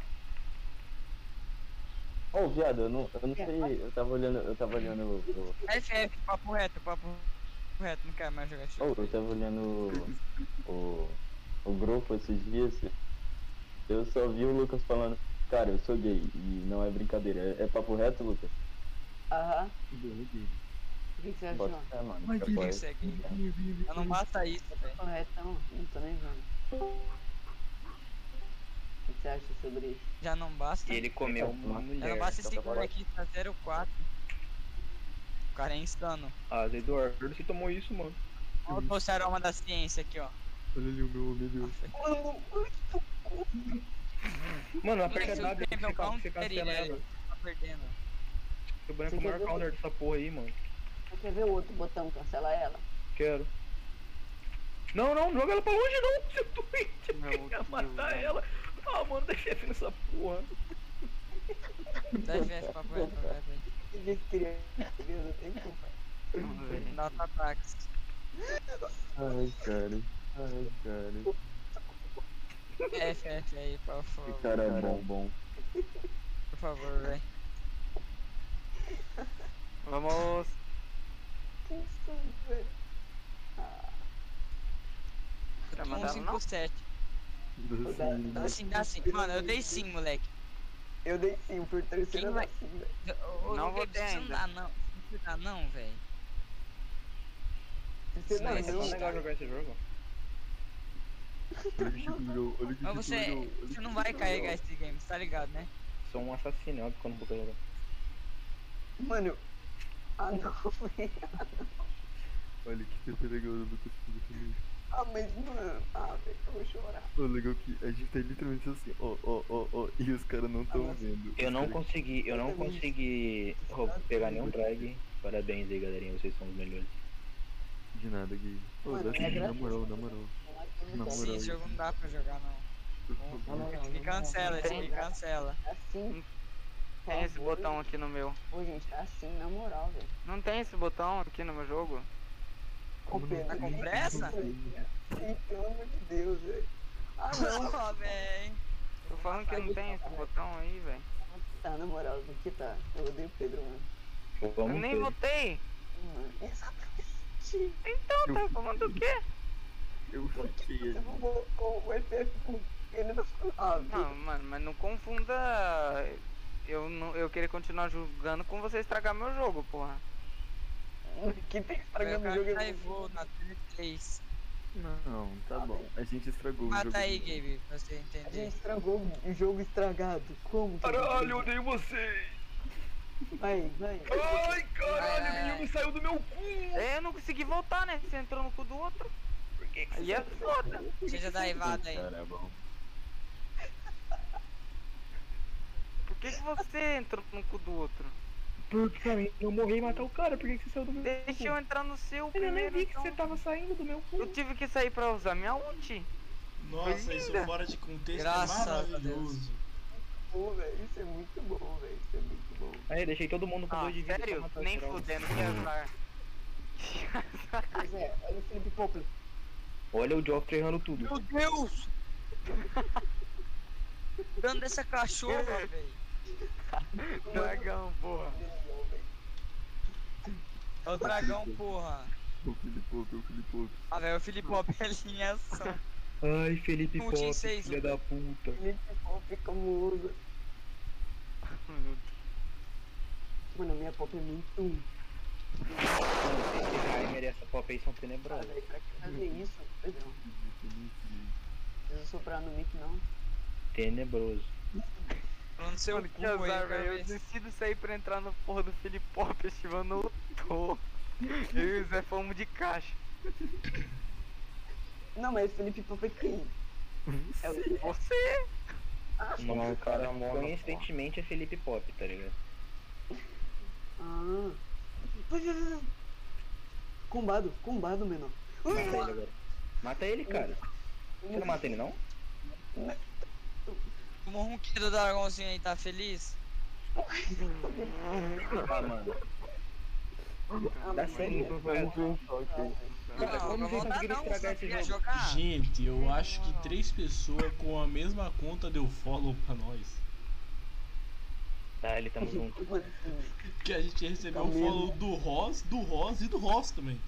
Speaker 8: Ô, viado, eu não sei, eu tava olhando o.
Speaker 6: FF, papo reto, não quero mais jogar esse
Speaker 8: Oh,
Speaker 6: jogo.
Speaker 8: eu tava olhando o grupo esses dias. Eu só vi o Lucas falando, cara, eu sou gay. E não é brincadeira. É papo reto, Lucas?
Speaker 5: Aham. O que você achou?
Speaker 8: Bota fé, mano.
Speaker 7: Ai,
Speaker 8: Fica
Speaker 7: que
Speaker 8: quiet.
Speaker 6: Isso é gay. Eu não basta isso, velho.
Speaker 5: Correto, não tô nem vendo. O que você acha sobre isso?
Speaker 6: Já não basta.
Speaker 1: E ele comeu uma
Speaker 6: Já
Speaker 1: mulher.
Speaker 6: não basta esse
Speaker 8: Então tá
Speaker 6: gol aqui, tá 0-4. O cara é insano.
Speaker 1: Ah, Zé Eduardo, você tomou isso, mano.
Speaker 6: Olha o aroma da ciência aqui, ó.
Speaker 7: Olha ali o meu Deus.
Speaker 1: Mano, aperta
Speaker 6: Esse
Speaker 1: W que
Speaker 6: tempo é um
Speaker 1: você
Speaker 6: counter,
Speaker 1: cancela
Speaker 6: ele
Speaker 1: ela.
Speaker 6: tá perdendo.
Speaker 1: Seu boneco é o maior counter dessa porra aí, mano.
Speaker 5: Você quer ver o outro botão, cancela ela?
Speaker 1: Quero. Não, joga ela pra longe não, seu doente. Eu
Speaker 3: Meu
Speaker 1: queria
Speaker 3: Deus,
Speaker 1: matar
Speaker 3: velho.
Speaker 1: ela. Ah, mano, dá chefe nessa porra.
Speaker 6: Dá FF, papo reto, velho.
Speaker 5: Você disse que queria. Não tem culpa.
Speaker 3: Vamos ver.
Speaker 6: Dá auto-ataques.
Speaker 8: Ai, cara.
Speaker 6: FF aí, por
Speaker 8: Que
Speaker 6: favor.
Speaker 8: cara é bom.
Speaker 6: Por favor, velho.
Speaker 3: Vamos.
Speaker 5: Que estranho, velho.
Speaker 3: Pra mandar não?
Speaker 6: 157. Dá sim. Mano, eu dei sim, moleque.
Speaker 5: Eu dei sim, por terceira
Speaker 6: Quem vai-
Speaker 5: vez sim, velho.
Speaker 3: Não vou
Speaker 6: Gabe,
Speaker 3: ter
Speaker 6: você não
Speaker 3: ainda.
Speaker 6: dá não. Você dá não, velho.
Speaker 5: Você
Speaker 6: Não,
Speaker 5: não,
Speaker 6: esse
Speaker 1: É
Speaker 5: não.
Speaker 1: tão legal jogar esse jogo.
Speaker 7: Olha que Chico virou. Olha que
Speaker 6: Mas
Speaker 7: Chico virou.
Speaker 6: você não vai carregar esse game, você tá ligado, né?
Speaker 1: Sou um assassino, óbvio que eu não vou jogar.
Speaker 5: Mano. Ah, não, velho.
Speaker 7: Olha que PT legal do Lucas Filho também.
Speaker 5: Ah, mas, mano. Ah, velho, eu vou chorar.
Speaker 7: O legal que a gente tá literalmente assim, ó, e os caras não tão vendo.
Speaker 1: Eu
Speaker 7: Os
Speaker 1: não
Speaker 7: caras-
Speaker 1: consegui pegar nenhum drag. Parabéns aí, galerinha, vocês são os melhores.
Speaker 7: De nada, Gui. Ô,
Speaker 5: Mano,
Speaker 7: dá
Speaker 5: é
Speaker 7: sim, na
Speaker 5: gratuito.
Speaker 7: moral. Na
Speaker 6: Sim,
Speaker 7: moral.
Speaker 6: esse jogo não dá pra jogar, não. Me cancela, esse me cancela.
Speaker 5: Assim.
Speaker 3: Tem esse botão aqui no meu.
Speaker 5: Pô, gente, tá assim, na moral, velho.
Speaker 3: Não tem esse botão aqui no meu jogo?
Speaker 5: Ô, Pedro,
Speaker 6: Tá com pressa?
Speaker 5: Sim, pelo amor de Deus, velho. Ah, não.
Speaker 6: Ó, véi.
Speaker 3: Tô falando que não tem esse botão aí, velho.
Speaker 5: Tá, na moral, aqui tá. Eu odeio o Pedro, mano.
Speaker 3: Eu
Speaker 1: Vamos
Speaker 3: nem
Speaker 1: ter.
Speaker 3: votei.
Speaker 5: Mano, exatamente.
Speaker 3: Então, tá falando o quê?
Speaker 7: Eu chutei
Speaker 5: Você
Speaker 7: ele.
Speaker 5: colocou o FF com ele na sua
Speaker 3: Não, mano, mas não confunda eu querer continuar jogando com você estragar meu jogo, porra.
Speaker 5: Quem tem que
Speaker 6: O
Speaker 5: estragar meu
Speaker 6: cara
Speaker 5: jogo é
Speaker 6: taivou na 3.
Speaker 7: Não, tá bom. A gente estragou o jogo.
Speaker 6: Mata aí, Gabe, pra você
Speaker 5: A gente
Speaker 6: entender.
Speaker 5: estragou o jogo estragado. Como? que
Speaker 1: Caralho, eu
Speaker 5: eu
Speaker 1: odeio você!
Speaker 5: Vai.
Speaker 1: Ai, caralho, o menino saiu do meu cu!
Speaker 3: Eu não consegui voltar, né? Você entrou no cu do outro.
Speaker 1: Por que que
Speaker 3: Aí é foda.
Speaker 6: Seja da Ivada aí.
Speaker 7: Cara, é bom.
Speaker 3: Por que você entrou no cu do outro?
Speaker 1: Porque pra mim, eu morri e matar o cara, por que que você saiu do meu cu?
Speaker 3: Deixa eu entrar no seu
Speaker 1: Eu nem
Speaker 3: primeiro,
Speaker 1: vi que
Speaker 3: então.
Speaker 1: você tava saindo do meu cu.
Speaker 3: Eu tive que sair pra usar minha ult.
Speaker 2: Nossa, isso
Speaker 3: linda.
Speaker 2: fora de contexto
Speaker 6: Graças
Speaker 2: é
Speaker 6: a
Speaker 2: maravilhoso.
Speaker 5: Pô, velho, isso é muito bom, velho. Isso é muito bom.
Speaker 1: Aí, deixei todo mundo com
Speaker 3: Ah,
Speaker 1: 2 de vida pra
Speaker 3: sério?
Speaker 1: matar o
Speaker 3: Nem
Speaker 1: Troll.
Speaker 3: fudendo, que azar.
Speaker 5: Mas olha o Felipe Popper.
Speaker 1: Olha o Joffrey errando tudo.
Speaker 6: Meu Deus! Dando dessa cachorra, velho.
Speaker 3: Dragão, porra.
Speaker 6: É o dragão, porra.
Speaker 7: O Filipe.
Speaker 6: Ah, velho, o Felipe Pop é alinhação.
Speaker 1: Ai, Felipe
Speaker 6: Ult em
Speaker 1: Pop,
Speaker 6: 6,
Speaker 1: filha da puta.
Speaker 5: Felipe Popper como usa. Mano, a minha pop é muito.
Speaker 1: Mano, esse Heimer e essa Pop aí são
Speaker 5: Ah,
Speaker 1: tenebrosas.
Speaker 5: velho, pra que fazer isso, Pedrão? Não precisa soprar no mic, não.
Speaker 1: Tenebroso.
Speaker 6: Falando seu
Speaker 3: Mano,
Speaker 6: cu
Speaker 3: que
Speaker 6: aí,
Speaker 3: azar,
Speaker 6: pra
Speaker 3: velho. Eu
Speaker 6: ver.
Speaker 3: decido sair pra entrar no porra do Felipe Pop, Estivan não tô. Eu e o Zé fomos de caixa.
Speaker 5: Não, mas Felipe Popper é quem? É o
Speaker 3: Você?
Speaker 1: Não, cara, coincidentemente é Felipe Pop, tá ligado?
Speaker 5: Ah. Vai. Combado, menor.
Speaker 1: Mata ele agora. Mata ele, cara. Você não mata ele, não?
Speaker 6: O ronquido do dragãozinho aí tá feliz?
Speaker 1: Ah, mano. Dá certo.
Speaker 8: Vamos ver um choque.
Speaker 1: Como vocês conseguiram estragar esse jogo?
Speaker 6: jogar?
Speaker 2: Gente, eu acho que 3 pessoas com a mesma conta deu follow pra nós.
Speaker 1: Tá, ele tamo junto.
Speaker 2: Que a gente recebeu o follow do Ross e do Ross também.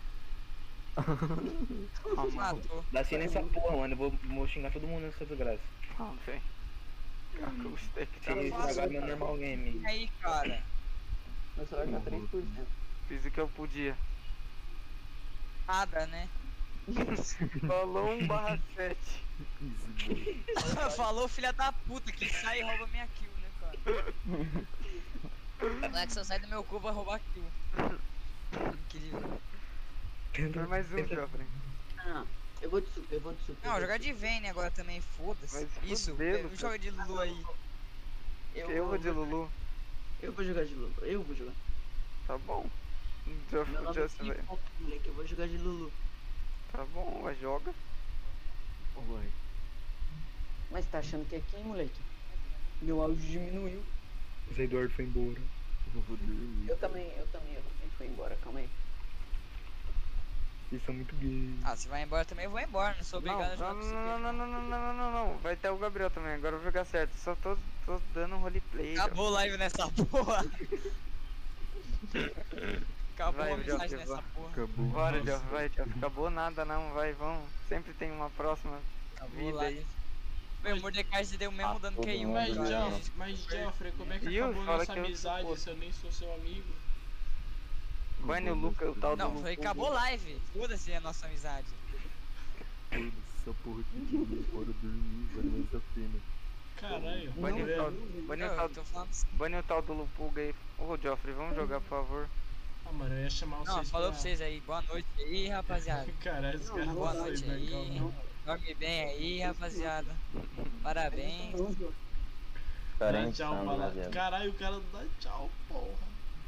Speaker 6: Matou.
Speaker 1: Dá assim nessa porra, mano. Eu vou xingar todo mundo nessa desgraça.
Speaker 3: Ah, velho. Gostei que
Speaker 1: Vocês estragaram meu normal game.
Speaker 6: E aí, cara?
Speaker 5: Meu celular tá 3%.
Speaker 3: Fiz o que eu podia.
Speaker 6: Nada, né?
Speaker 3: Falou 1/7.
Speaker 6: Falou filha da puta que sai e rouba minha kill, né, cara? Moleque, se eu sair do meu cu, vai roubar kill. Incrível.
Speaker 3: Foi mais um, Joffrey.
Speaker 5: Ah, eu vou te super.
Speaker 6: Não, jogar de Vayne agora também, foda-se.
Speaker 3: Vai se
Speaker 6: Isso,
Speaker 3: fuder, Lucas.
Speaker 6: joga de Lulu aí.
Speaker 3: Eu vou de Lulu.
Speaker 5: Eu vou jogar de Lulu. Eu vou jogar.
Speaker 3: Tá bom.
Speaker 5: Meu nome é
Speaker 3: Just,
Speaker 5: Felipe
Speaker 3: velho.
Speaker 5: Popper, moleque. Eu vou jogar de Lulu.
Speaker 3: Tá bom, vai, joga.
Speaker 5: Mas tá achando que é quem, moleque? Meu áudio diminuiu.
Speaker 1: O Zé Eduardo foi embora.
Speaker 7: Eu vou dormir.
Speaker 5: Eu também fui embora, calma aí.
Speaker 1: Vocês são muito gays.
Speaker 6: Ah, você vai embora também, eu vou embora, não sou obrigado a jogar com você.
Speaker 3: Não. Vai ter o Gabriel também, agora eu vou jogar certo. Só tô dando roleplay.
Speaker 6: Acabou live nessa porra. Acabou
Speaker 3: Vai,
Speaker 6: a mensagem
Speaker 3: Joffrey,
Speaker 6: nessa
Speaker 3: vai.
Speaker 6: porra.
Speaker 7: Acabou.
Speaker 3: Bora, Joff, vai, Joff. Acabou nada não, vai, vamos. Sempre tem uma próxima
Speaker 6: Acabou
Speaker 3: vida
Speaker 6: live.
Speaker 3: aí.
Speaker 6: Meu, o Mordecai se deu mesmo dano
Speaker 8: todo
Speaker 6: Q1,
Speaker 8: mundo
Speaker 2: Mas,
Speaker 6: cara.
Speaker 2: Geoffrey, como é que
Speaker 3: Viu?
Speaker 2: acabou
Speaker 3: Fala
Speaker 2: nossa
Speaker 3: que eu
Speaker 2: amizade
Speaker 3: sou
Speaker 2: se eu nem sou seu amigo?
Speaker 3: Bane o Luca, o tal do
Speaker 6: Não,
Speaker 3: Luca.
Speaker 6: foi, acabou live. Foda-se a nossa amizade.
Speaker 7: Foda-se essa porra aqui de mim. Bora dormir, vale mais a pena.
Speaker 2: Caralho,
Speaker 3: Bane o tal, bane o
Speaker 6: Não,
Speaker 3: tal,
Speaker 6: eu tô falando.
Speaker 3: bane o tal do Lupuga aí. Ô, Joffrey, vamos jogar, por favor.
Speaker 2: Ah, mano, eu ia chamar vocês
Speaker 6: Não, falou pra vocês aí. Boa noite aí, rapaziada.
Speaker 2: Caralho, os caras
Speaker 6: Boa
Speaker 2: não
Speaker 6: noite
Speaker 2: sei,
Speaker 6: aí.
Speaker 2: calma.
Speaker 6: Dorme bem aí, rapaziada. Parabéns.
Speaker 2: Dá
Speaker 8: Carente,
Speaker 2: tchau,
Speaker 8: não,
Speaker 2: fala.
Speaker 8: rapaziada.
Speaker 2: Caralho, o cara dá tchau, porra.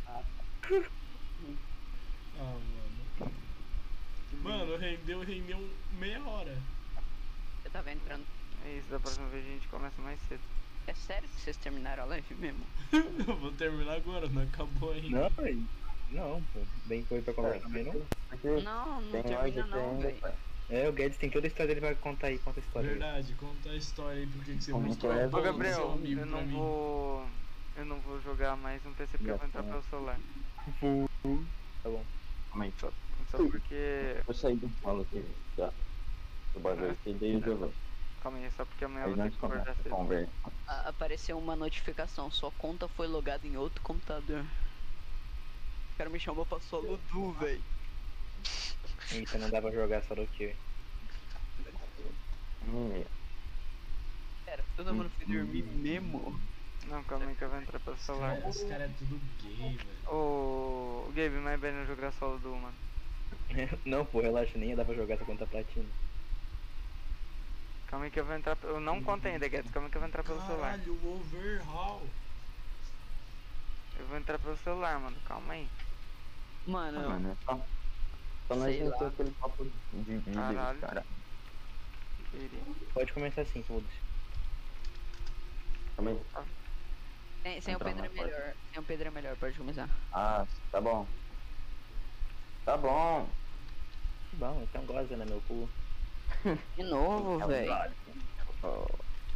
Speaker 2: Ah, mano. Mano, rendeu meia hora.
Speaker 9: Você tava entrando.
Speaker 3: É isso, da próxima vez a gente começa mais cedo.
Speaker 9: É sério que vocês terminaram a live mesmo?
Speaker 2: Eu vou terminar agora, não acabou ainda.
Speaker 1: Não, pô. Bem foi pra conversar também, não?
Speaker 8: Porque
Speaker 9: Não, não
Speaker 8: tem
Speaker 9: termina
Speaker 8: mais aqui
Speaker 9: não,
Speaker 8: ainda,
Speaker 9: velho.
Speaker 8: pai.
Speaker 1: É, o Guedes tem toda a história, ele vai contar aí, conta a história. aí.
Speaker 2: Verdade, conta a história aí, por que você
Speaker 8: Como
Speaker 2: mostrou
Speaker 8: que é?
Speaker 2: a
Speaker 8: Ô,
Speaker 2: bola do
Speaker 3: Gabriel,
Speaker 2: seu amigo
Speaker 3: eu
Speaker 2: pra
Speaker 3: não
Speaker 2: mim.
Speaker 3: vou. Eu não vou jogar mais no PC porque eu vou entrar pelo celular.
Speaker 1: Tá bom.
Speaker 8: Calma aí,
Speaker 3: Só porque.
Speaker 8: vou sair do falo aqui, já. O bagulho aqui, daí eu já vou.
Speaker 3: Calma aí, só porque amanhã
Speaker 8: Aí
Speaker 3: eu vou ter
Speaker 8: nós
Speaker 3: que acordar
Speaker 8: começa a
Speaker 3: cedo.
Speaker 8: conversa.
Speaker 9: Apareceu uma notificação, sua conta foi logada em outro computador. O cara me chamou pra solo du, velho.
Speaker 1: Então não dá pra jogar só do que.
Speaker 9: Pera, todo mundo foi dormir mesmo?
Speaker 3: Não, calma aí que eu vou entrar pelo celular.
Speaker 2: Esse cara é tudo gay, velho.
Speaker 3: Ô, Gabe, mais bem não jogar solo do, mano.
Speaker 1: Não, pô, relaxa, nem dá pra jogar essa conta platina.
Speaker 3: Calma aí que eu vou entrar. Eu não conto ainda, Guedes. Calma aí que eu vou entrar pelo celular.
Speaker 2: Caralho, o overhaul.
Speaker 3: Eu vou entrar pelo celular, mano. Calma aí.
Speaker 9: Mano,
Speaker 8: Mano, é só nós
Speaker 9: Sei
Speaker 8: não
Speaker 9: lá.
Speaker 8: ter aquele papo de vídeo,
Speaker 3: Caralho.
Speaker 8: cara.
Speaker 1: Pode começar assim, foda-se.
Speaker 8: Calma aí.
Speaker 9: sem o
Speaker 8: Entrar
Speaker 9: Pedro
Speaker 8: na
Speaker 9: é melhor. Sem o Pedro é melhor, pode começar.
Speaker 8: Ah, tá bom. Tá bom.
Speaker 1: Bom, então goza, né, meu cu.
Speaker 9: De novo, velho.
Speaker 8: Oh.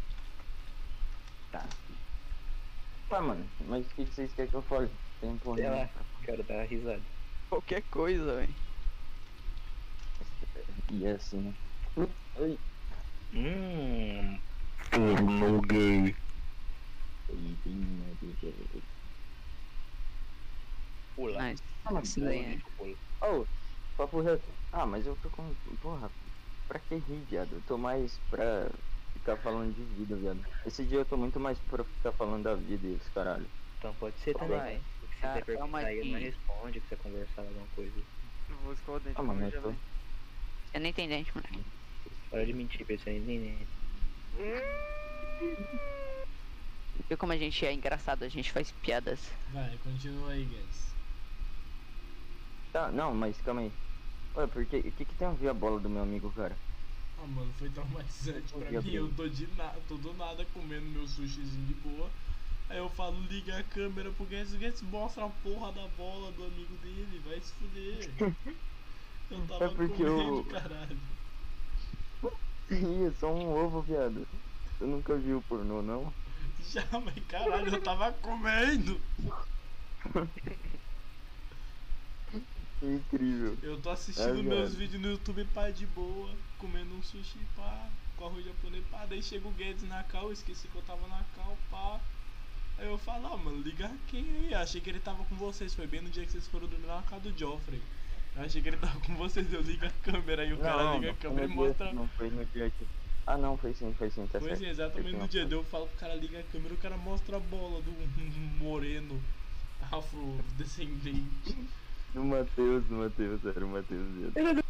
Speaker 8: Tá. Ué, mano, mas o que vocês querem que eu fale? Tem porra
Speaker 1: Sei lá,
Speaker 8: nenhuma.
Speaker 1: quero dar risada.
Speaker 9: Qualquer coisa, velho.
Speaker 8: E é assim, né? Ai.
Speaker 1: Porno gay. Pula.
Speaker 9: Mas, isso daí é.
Speaker 8: Oh, papo reto. Ah, mas eu tô com. Porra, pra que rir, viado? Eu tô mais pra ficar falando de vida, viado. Esse dia eu tô muito mais pra ficar falando da vida e os caralho.
Speaker 1: Então pode ser também.
Speaker 9: Vai.
Speaker 1: Se você
Speaker 9: Cara,
Speaker 1: quer perguntar aí, ele não
Speaker 9: calma aí.
Speaker 1: responde, quiser conversar alguma coisa.
Speaker 3: Eu vou escovar o dente.
Speaker 8: Ah, mano,
Speaker 3: calma aí,
Speaker 8: eu tô.
Speaker 3: já
Speaker 9: Você nem tem dente, mano.
Speaker 1: Para de mentir pra você nem.
Speaker 9: Viu como a gente é engraçado, a gente faz piadas.
Speaker 2: Vai, continua aí, guys.
Speaker 8: Tá, não, mas calma aí. Ué, porque o que tem a ver a bola do meu amigo, cara?
Speaker 2: Ah, mano, foi traumatizante pra
Speaker 8: Meu
Speaker 2: mim. Eu tô tô do nada comendo meu sushizinho de boa. Aí eu falo, liga a câmera pro Guedes, o Guedes mostra a porra da bola do amigo dele, vai se fuder. Eu tava
Speaker 8: É porque
Speaker 2: comendo,
Speaker 8: eu-
Speaker 2: caralho.
Speaker 8: Ih, é só um ovo, viado. Eu nunca vi o pornô, não?
Speaker 2: Já, mas caralho, eu tava comendo.
Speaker 8: Incrível.
Speaker 2: Eu tô assistindo
Speaker 8: É,
Speaker 2: meus
Speaker 8: velho.
Speaker 2: vídeos no YouTube, pá, de boa, comendo um sushi, pá, com arroz japonês, pá. Daí chega o Guedes na cal, eu esqueci que eu tava na cal, pá. Aí eu falo, ah, mano, liga quem aí? Achei que ele tava com vocês, foi bem no dia que vocês foram dormir lá na casa do Joffrey. Eu achei que ele tava com vocês, eu ligo a câmera, aí o cara liga a
Speaker 8: foi
Speaker 2: câmera e
Speaker 8: no
Speaker 2: mostra.
Speaker 8: dia, não foi no dia que... Ah, não, foi sim, tá
Speaker 2: Foi
Speaker 8: certo.
Speaker 2: sim, exatamente no dia. Daí eu falo pro cara liga a câmera, o cara mostra a bola do moreno afrodescendente.
Speaker 8: Do Matheus, era o Matheus mesmo.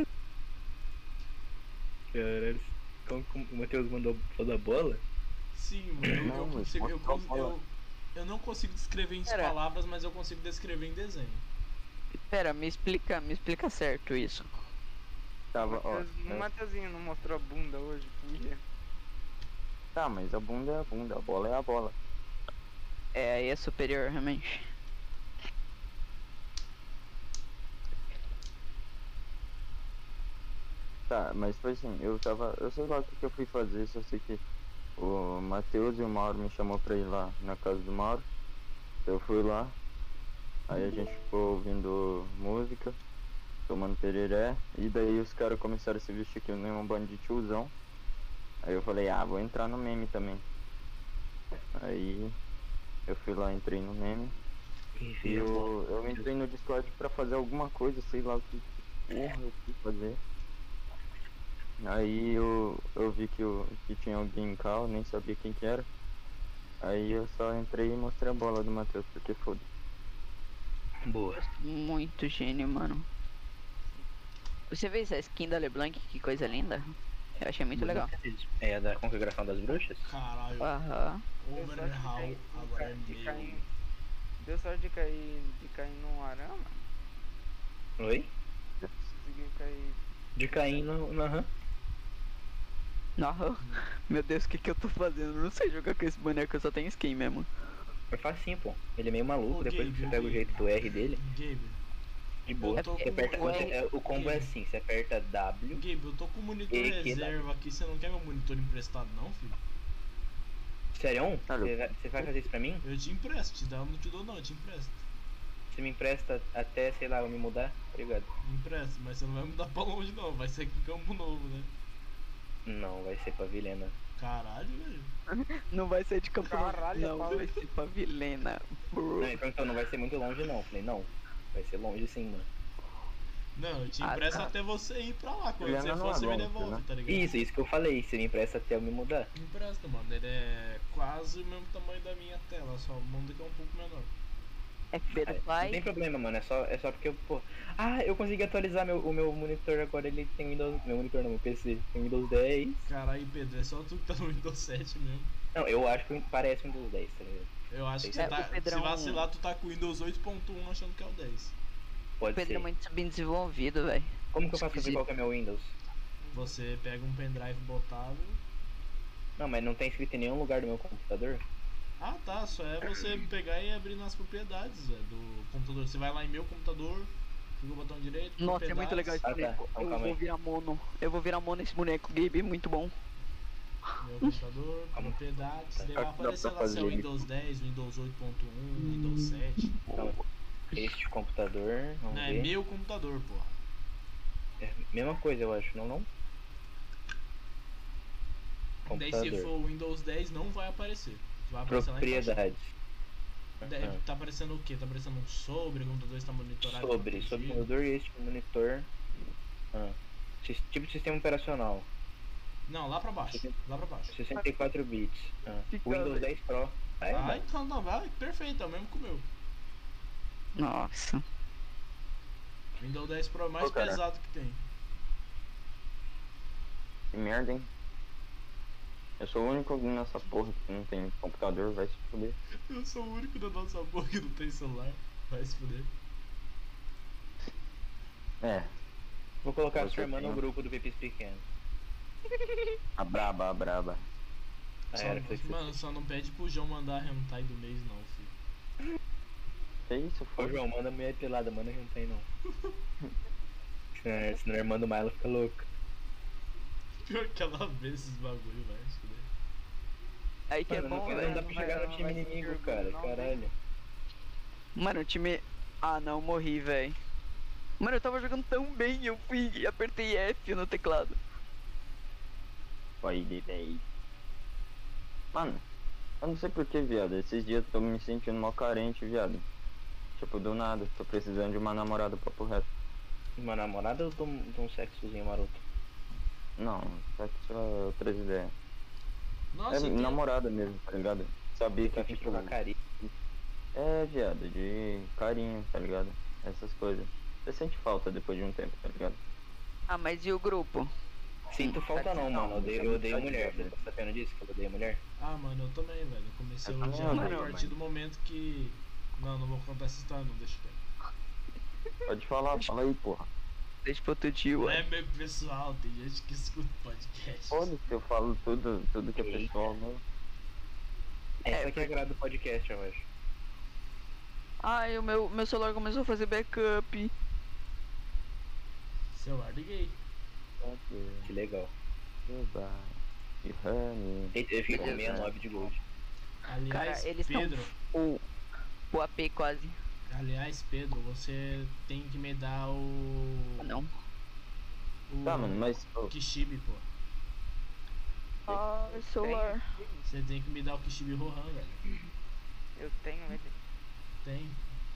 Speaker 1: Caralho, como o Matheus mandou falar da bola?
Speaker 2: Sim, mano,
Speaker 8: Não, mas
Speaker 2: consigo,
Speaker 8: mostra a bola.
Speaker 2: eu não consigo descrever em
Speaker 9: Pera.
Speaker 2: palavras, mas eu consigo descrever em desenho.
Speaker 9: Pera, me explica certo isso.
Speaker 8: Tava, ó.
Speaker 3: O Mateuzinho não mostrou a bunda hoje, por quê?
Speaker 8: Tá, mas a bunda é a bunda, a bola é a bola.
Speaker 9: É, aí é superior, realmente.
Speaker 8: Tá, mas foi assim, eu sei lá o que eu fui fazer, só sei que o Matheus e o Mauro me chamou pra ir lá na casa do Mauro. Eu fui lá, aí a gente ficou ouvindo música, tomando tereré, e daí os caras começaram a se vestir que nem um bando de tiozão. Aí eu falei, ah, vou entrar no meme também. Aí eu fui lá, entrei no meme, e eu entrei no Discord pra fazer alguma coisa, sei lá o que porra eu fui fazer. Aí eu vi que tinha alguém em cal, nem sabia quem que era. Aí eu só entrei e mostrei a bola do Matheus, porque foda.
Speaker 1: Boa.
Speaker 9: Muito gênio, mano. Você vê essa skin da LeBlanc? Que coisa linda. Eu achei muito legal.
Speaker 1: É a da configuração das bruxas?
Speaker 2: Caralho,
Speaker 9: Aham.
Speaker 2: overhaul agora é meio.
Speaker 3: Deu sorte de cair num arama?
Speaker 1: Oi?
Speaker 3: Conseguiu cair.
Speaker 1: De cair no. Aham.
Speaker 9: Não, meu Deus, o que que eu tô fazendo? Eu não sei jogar com esse boneco, eu só tenho skin mesmo.
Speaker 1: É facinho, pô. Ele é meio maluco,
Speaker 2: Ô,
Speaker 1: depois
Speaker 2: Gabe,
Speaker 1: que você pega o jeito do R dele,
Speaker 2: Gabe,
Speaker 1: de boa.
Speaker 2: Eu tô
Speaker 1: Você
Speaker 2: com
Speaker 1: aperta,
Speaker 2: o
Speaker 1: você-
Speaker 2: R.
Speaker 1: o combo é assim, você aperta W.
Speaker 2: Gabe, eu tô com o monitor
Speaker 1: E que
Speaker 2: reserva aqui, você não quer meu monitor emprestado não, filho?
Speaker 1: Sério?
Speaker 8: Alô?
Speaker 1: Você vai fazer isso pra mim?
Speaker 2: Eu te empresto, te dá, eu não te dou não, eu te empresto.
Speaker 1: Você me empresta até, sei lá, eu me mudar? Obrigado.
Speaker 2: Empresto, mas você não vai mudar pra longe não, vai ser aqui em Campo Novo, né?
Speaker 1: Não, vai ser pra Vilhena.
Speaker 2: Caralho, velho.
Speaker 9: Não vai ser de Campo Novo,
Speaker 3: Caralho,
Speaker 9: não,
Speaker 3: Paulo.
Speaker 9: vai ser pra Vilhena.
Speaker 1: Não, ele perguntou, não vai ser muito longe não. Eu falei, não, vai ser longe sim, mano.
Speaker 2: Não, eu te
Speaker 9: Ah,
Speaker 2: empresto
Speaker 9: tá.
Speaker 2: até você ir pra lá, quando
Speaker 8: Ele
Speaker 2: você
Speaker 8: não
Speaker 2: for
Speaker 8: é
Speaker 2: você me
Speaker 8: longe,
Speaker 2: devolve,
Speaker 8: né?
Speaker 2: tá ligado?
Speaker 1: Isso que eu falei, você me empresta até eu me mudar.
Speaker 2: Empresta, mano, ele é quase o mesmo tamanho da minha tela, só o mundo que é um pouco menor.
Speaker 9: É Pedro
Speaker 1: Não
Speaker 9: Pai.
Speaker 1: tem problema, mano, é só porque eu, pô... Ah, eu consegui atualizar o meu monitor agora, ele tem Windows... Meu monitor não, meu PC tem Windows 10.
Speaker 2: Caralho, Pedro, é só tu que tá no Windows 7 mesmo.
Speaker 1: Não, eu acho que parece Windows 10, tá ligado?
Speaker 2: Eu acho que
Speaker 1: É,
Speaker 2: você tá,
Speaker 9: o Pedrão-
Speaker 2: se vacilar, tu tá com o Windows 8.1 achando que é o 10.
Speaker 9: O
Speaker 1: Pode
Speaker 9: Pedro é
Speaker 1: ser.
Speaker 9: muito bem desenvolvido, velho.
Speaker 1: Como que eu faço pra ver
Speaker 9: esquisito.
Speaker 1: qual que é meu Windows?
Speaker 2: Você pega um pendrive botável.
Speaker 1: Não, mas não tem escrito em nenhum lugar do meu computador.
Speaker 2: Ah tá, só é você pegar e abrir nas propriedades do computador. Você vai lá em meu computador, clica o botão direito.
Speaker 9: Nossa, é muito legal esse
Speaker 1: Ah, tá.
Speaker 9: boneco.
Speaker 1: Então,
Speaker 9: Eu
Speaker 1: calma
Speaker 9: vou
Speaker 1: aí.
Speaker 9: virar mono. Eu vou virar mono nesse boneco, Gabe, muito bom.
Speaker 2: Meu computador,
Speaker 1: Calma.
Speaker 2: propriedades. Daí vai
Speaker 8: Dá pra
Speaker 2: aparecer lá se é
Speaker 8: fazer
Speaker 2: o
Speaker 8: isso.
Speaker 2: Windows 10, Windows 8.1, Windows 7.
Speaker 1: Então, este computador, vamos
Speaker 2: Não, é
Speaker 1: ver.
Speaker 2: meu computador, porra.
Speaker 1: É a mesma coisa, eu acho, não?
Speaker 2: Daí se
Speaker 1: Computador.
Speaker 2: for o Windows 10 não vai aparecer. Vai aparecer lá embaixo.
Speaker 1: Propriedades.
Speaker 2: Deve,
Speaker 1: Aham.
Speaker 2: tá aparecendo o quê? Tá aparecendo um sobre, o computador está monitorado. e
Speaker 1: Sobre
Speaker 2: protegido.
Speaker 1: computador e este monitor. Tipo de sistema operacional.
Speaker 2: Não, lá pra baixo. Lá pra baixo.
Speaker 1: 64 bits.
Speaker 9: Fica,
Speaker 1: Windows
Speaker 9: velho.
Speaker 1: 10 Pro. Aí,
Speaker 2: Ah,
Speaker 1: mano.
Speaker 2: então não, vai, perfeito, é o mesmo que o meu.
Speaker 9: Nossa.
Speaker 2: Windows 10 Pro é o mais
Speaker 8: Ô, cara.
Speaker 2: pesado que tem.
Speaker 8: Que merda, hein? Eu sou o único nessa porra que não tem computador, vai se fuder.
Speaker 2: Eu sou o único da nossa boca que não tem celular. Vai se fuder.
Speaker 8: É,
Speaker 1: Vou colocar
Speaker 8: Você
Speaker 1: sua irmã no
Speaker 8: tem.
Speaker 1: grupo do Pipis Pequeno.
Speaker 8: a braba, a braba.
Speaker 1: Ah, era, foi isso.
Speaker 2: Mano, só não pede pro João mandar a hentai do mês não, filho.
Speaker 8: Que isso,
Speaker 1: Ô
Speaker 8: foi?
Speaker 1: João, manda mulher pelada, manda que não tem não. Senão a irmã do Milo fica louca.
Speaker 2: Pior que ela vê esses bagulho, vai se fuder.
Speaker 9: Aí que é
Speaker 1: Mano,
Speaker 9: bom,
Speaker 1: não
Speaker 9: velho.
Speaker 1: dá pra chegar no time inimigo, cara, caralho.
Speaker 9: Mano, o time. Ah, não, morri, velho. Mano, eu tava jogando tão bem, eu fui e apertei F no teclado.
Speaker 8: Vai, daí. Mano, eu não sei porquê, viado. Esses dias eu tô me sentindo mal carente, viado. Tipo, do nada, tô precisando de uma namorada papo reto.
Speaker 1: Uma namorada ou de um sexozinho maroto?
Speaker 8: Não, sexo é outras ideias.
Speaker 2: Nossa,
Speaker 8: É
Speaker 2: tem-
Speaker 8: namorada mesmo, tá ligado? Sabia
Speaker 1: Tá
Speaker 8: que,
Speaker 1: afim de
Speaker 8: tipo,
Speaker 1: trocar carinho.
Speaker 8: é, viado, de carinho, tá ligado? Essas coisas. Você sente falta depois de um tempo, tá ligado?
Speaker 9: Ah, mas e o grupo?
Speaker 1: Sinto falta não, mano. Eu odeio mulher. Você
Speaker 8: né?
Speaker 1: tá sabendo disso? Que eu odeio mulher?
Speaker 2: Ah, mano, eu também, velho. Eu comecei
Speaker 8: Eu
Speaker 2: a
Speaker 8: também
Speaker 2: odiar
Speaker 8: odeio,
Speaker 2: a partir do momento que. Não vou contar essa história, não, deixa eu
Speaker 8: Pode falar, fala aí, porra.
Speaker 9: Deixa pro outro tio,
Speaker 2: Não
Speaker 9: ué.
Speaker 2: é meu pessoal, tem gente que escuta podcast.
Speaker 8: Foda-se, eu falo tudo que é pessoal, né?
Speaker 1: Essa que agrada o podcast, eu acho.
Speaker 9: Ai, o meu celular começou a fazer backup.
Speaker 2: Celular de gay.
Speaker 1: Que legal.
Speaker 8: Goodbye. E honey.
Speaker 1: Ele fica com 69 de gold.
Speaker 2: Aliás,
Speaker 9: Cara, eles
Speaker 2: Pedro.
Speaker 9: O AP quase.
Speaker 2: Aliás, Pedro, você tem que me dar o.
Speaker 9: Ah, não.
Speaker 2: O
Speaker 8: Tá, mano, mas. ô,
Speaker 2: Kishibe, pô.
Speaker 9: Ah, celular.
Speaker 2: Você tem que me dar o Kishibe Rohan, velho.
Speaker 3: Eu tenho ele.
Speaker 2: Tem.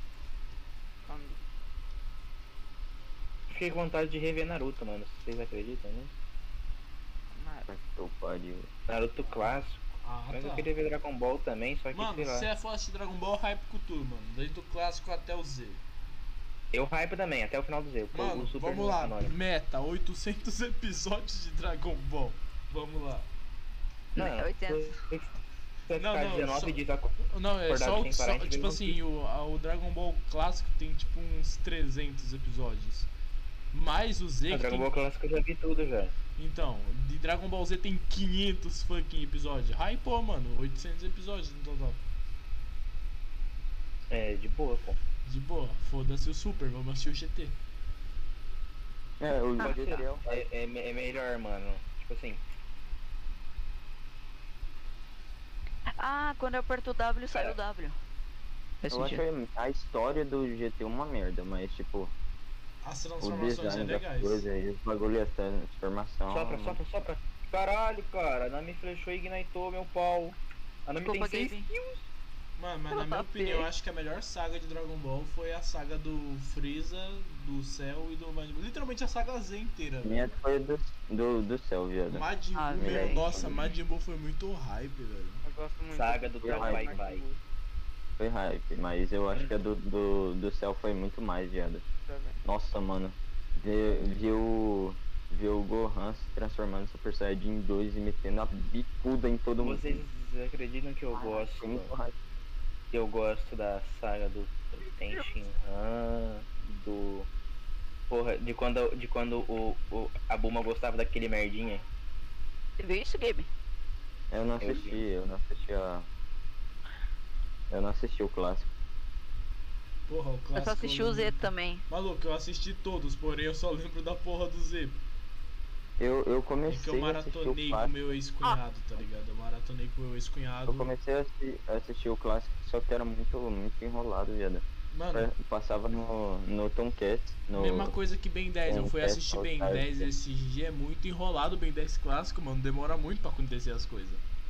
Speaker 1: Fiquei com vontade de rever Naruto, mano. Vocês acreditam nisso?
Speaker 8: puta que pariu.
Speaker 1: Naruto clássico.
Speaker 2: Ah,
Speaker 1: Mas eu
Speaker 2: tá.
Speaker 1: queria ver Dragon Ball também, só que
Speaker 2: Mano,
Speaker 1: sei lá.
Speaker 2: se é fã de Dragon Ball, hype Cultura, mano. Desde o clássico até o Z.
Speaker 1: Eu hype também, até o final do Z.
Speaker 2: Mano,
Speaker 1: o Super
Speaker 2: vamos lá.
Speaker 1: canônico.
Speaker 2: Meta, 800 episódios de Dragon Ball. Vamos lá.
Speaker 1: Não,
Speaker 9: É 800.
Speaker 1: você vai
Speaker 2: Não,
Speaker 1: ficar
Speaker 2: não,
Speaker 1: 19
Speaker 2: só-
Speaker 1: dias
Speaker 2: Não, é
Speaker 1: Acordado
Speaker 2: só,
Speaker 1: sem parar, a gente
Speaker 2: tipo
Speaker 1: vê
Speaker 2: assim, o Dragon Ball clássico tem tipo uns 300 episódios. Mas o Z.
Speaker 1: A
Speaker 2: que
Speaker 1: Dragon
Speaker 2: tem-
Speaker 1: Ball clássico eu já vi tudo já.
Speaker 2: Então, de Dragon Ball Z tem 500 fucking episódios. Hypou, mano. 800 episódios no total.
Speaker 1: É, de boa, pô.
Speaker 2: De boa. Foda-se o Super, vamos assistir o GT.
Speaker 8: É, o
Speaker 1: Pode
Speaker 8: GT
Speaker 1: ser. É melhor, mano. Tipo assim,
Speaker 9: Ah, quando eu aperto o W, sai o W. Faz
Speaker 8: eu acho
Speaker 9: sentido.
Speaker 8: a história do GT uma merda, mas tipo,
Speaker 2: As
Speaker 8: o
Speaker 2: transformações
Speaker 8: design
Speaker 2: é
Speaker 8: das
Speaker 2: legais.
Speaker 8: coisas aí, os bagulho, a transformação.
Speaker 1: sopra. Caralho, cara. A Nami flechou e ignitou meu pau. A Nami
Speaker 9: Desculpa,
Speaker 1: tem 6
Speaker 9: Gabe.
Speaker 1: kills.
Speaker 2: Mano, mas na minha opinião, eu acho que a melhor saga de Dragon Ball foi a saga do Freeza, do Cell e do Majin Buu. Literalmente a saga Z inteira.
Speaker 8: A minha foi do céu, viado.
Speaker 2: Majin
Speaker 9: Ah,
Speaker 2: Buu, meu,
Speaker 9: velho.
Speaker 2: nossa, Majin Buu foi muito hype, velho.
Speaker 3: Eu gosto muito.
Speaker 1: Saga do
Speaker 8: Foi
Speaker 1: Tão
Speaker 8: hype.
Speaker 1: Wi-Fi.
Speaker 8: Foi hype, mas eu acho que a do céu foi muito mais, viado. Nossa, mano. Ver o Gohan se transformando no Super Saiyajin 2 e metendo a bicuda em todo mundo.
Speaker 1: Vocês acreditam que eu
Speaker 8: Foi
Speaker 1: gosto?
Speaker 8: muito hype.
Speaker 1: Eu gosto da saga do Tenshin Han, do. Porra, de quando a Bulma gostava daquele merdinha.
Speaker 9: Você viu isso, Gabe?
Speaker 8: Eu não assisti o clássico.
Speaker 2: Porra, o clássico.
Speaker 9: Eu só assisti o Z
Speaker 2: lembro.
Speaker 9: também.
Speaker 2: Maluco, eu assisti todos, porém eu só lembro da porra do Z.
Speaker 8: Eu
Speaker 2: É que eu
Speaker 8: comecei a assistir o
Speaker 2: maratonei com
Speaker 8: clássico.
Speaker 2: meu ex-cunhado, tá ligado? Eu maratonei com meu ex-cunhado.
Speaker 8: Eu comecei a assistir o clássico, só que era muito enrolado, viado.
Speaker 2: Mano,
Speaker 8: Passava no Tomcat.
Speaker 2: mesma coisa que Ben 10. Eu fui
Speaker 8: Tomcat,
Speaker 2: assistir Ben
Speaker 8: All-Star.
Speaker 2: 10 esse dia, é muito enrolado o Ben 10 clássico, mano. Demora muito pra acontecer as coisas.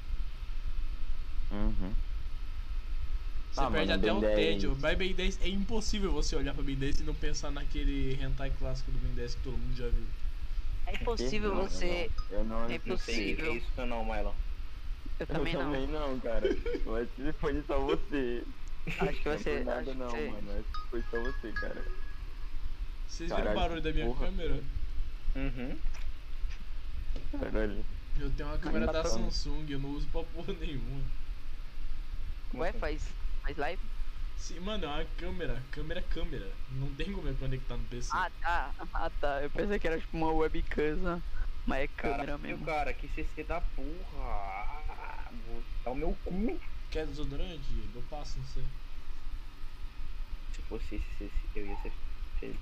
Speaker 8: Uhum.
Speaker 2: Você
Speaker 8: Ah,
Speaker 2: perde
Speaker 8: mano,
Speaker 2: até
Speaker 8: Ben
Speaker 2: o
Speaker 8: 10.
Speaker 2: tédio. Mas Ben 10 é impossível você olhar pra Ben 10 e não pensar naquele hentai clássico do Ben 10 que todo mundo já viu.
Speaker 9: É impossível
Speaker 8: Não,
Speaker 9: você.
Speaker 8: Eu não
Speaker 9: É
Speaker 1: Não sei o que é
Speaker 9: Impossível.
Speaker 1: isso não, Mylon.
Speaker 9: Eu também não.
Speaker 8: não, cara. Mas se foi só você.
Speaker 9: Acho que
Speaker 8: Não
Speaker 9: você.
Speaker 8: foi nada
Speaker 9: Acho que
Speaker 8: não,
Speaker 9: você.
Speaker 8: mano. Acho que foi só você, cara.
Speaker 2: Vocês viram o
Speaker 8: Caralho,
Speaker 2: barulho da minha
Speaker 8: porra.
Speaker 2: câmera?
Speaker 1: Uhum.
Speaker 8: Caralho.
Speaker 2: Eu tenho uma câmera da
Speaker 8: Animação.
Speaker 2: Samsung, eu não uso pra porra nenhuma.
Speaker 1: Como
Speaker 9: Ué,
Speaker 1: assim?
Speaker 9: faz live?
Speaker 2: Sim, mano, é uma câmera. Não tem como eu conectar no PC.
Speaker 9: Ah, tá. Ah, tá. Eu pensei que era tipo uma webcam, né? Mas é câmera
Speaker 1: Caralho,
Speaker 9: mesmo.
Speaker 1: cara, que CC da porra. Ah, vou dar o meu cu.
Speaker 2: Quer desodorante? Eu passo, não sei.
Speaker 1: Se fosse esse CC, eu ia ser feliz.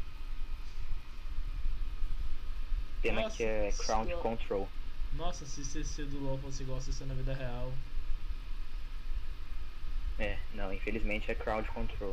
Speaker 1: Pena
Speaker 2: Nossa,
Speaker 1: que é Crown
Speaker 2: só-
Speaker 1: Control.
Speaker 2: Nossa, se CC do LoL fosse igual a CC na vida real.
Speaker 1: É, não, infelizmente é Crowd Control.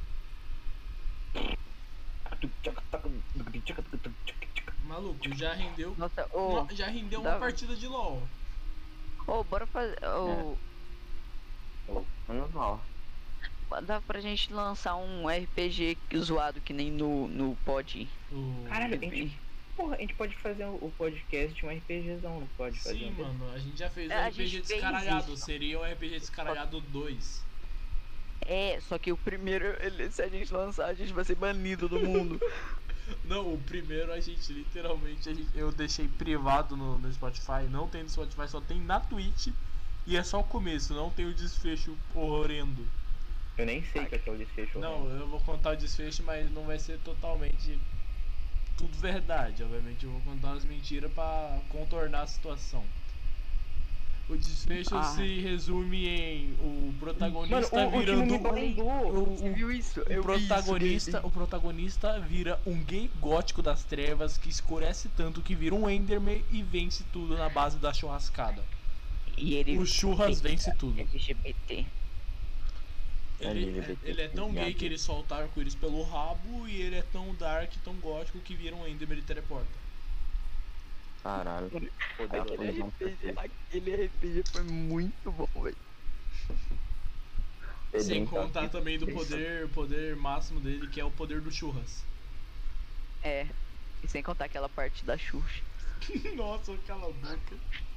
Speaker 2: Maluco, já rendeu.
Speaker 9: Nossa, ô.
Speaker 2: Já rendeu uma
Speaker 9: dá-
Speaker 2: partida de LoL.
Speaker 9: Ô, bora fazer. Ô,
Speaker 8: Normal.
Speaker 9: dá pra gente lançar um RPG zoado que nem no pod.
Speaker 1: Caralho, a gente, porra, a gente pode fazer o podcast de um RPGzão, não pode fazer?
Speaker 2: Sim, mano, a gente já fez
Speaker 9: É,
Speaker 2: um
Speaker 9: a
Speaker 2: RPG
Speaker 9: gente fez
Speaker 2: descaralhado.
Speaker 9: isso.
Speaker 2: Seria um RPG descaralhado 2.
Speaker 9: É, só que o primeiro, se a gente lançar, a gente vai ser banido do mundo.
Speaker 2: Não, o primeiro a gente literalmente eu deixei privado no Spotify. Não tem no Spotify, só tem na Twitch. E é só o começo, não tem o desfecho horrendo.
Speaker 1: Eu nem sei o que é o desfecho.
Speaker 2: Não, eu vou contar o desfecho, mas não vai ser totalmente tudo verdade. Obviamente eu vou contar umas mentiras pra contornar a situação. O desfecho
Speaker 9: Ah.
Speaker 2: se resume em o protagonista
Speaker 1: Mano, o time
Speaker 2: virando
Speaker 1: me blindou.
Speaker 9: Você viu isso?
Speaker 2: o protagonista vira um gay gótico das trevas que escurece tanto que vira um Enderman e vence tudo na base da churrascada.
Speaker 9: E ele.
Speaker 2: O churras vence tudo.
Speaker 9: LGBT.
Speaker 2: Ele é tão gay que ele solta arco-íris pelo rabo e ele é tão dark, tão gótico que vira um Enderman e teleporta.
Speaker 8: Caralho.
Speaker 9: Aquele RPG foi muito bom, velho.
Speaker 2: Sem
Speaker 8: Então,
Speaker 2: contar também do poder máximo dele, que é o poder do churras.
Speaker 9: É. E sem contar aquela parte da Xuxa.
Speaker 2: Nossa, cala a boca.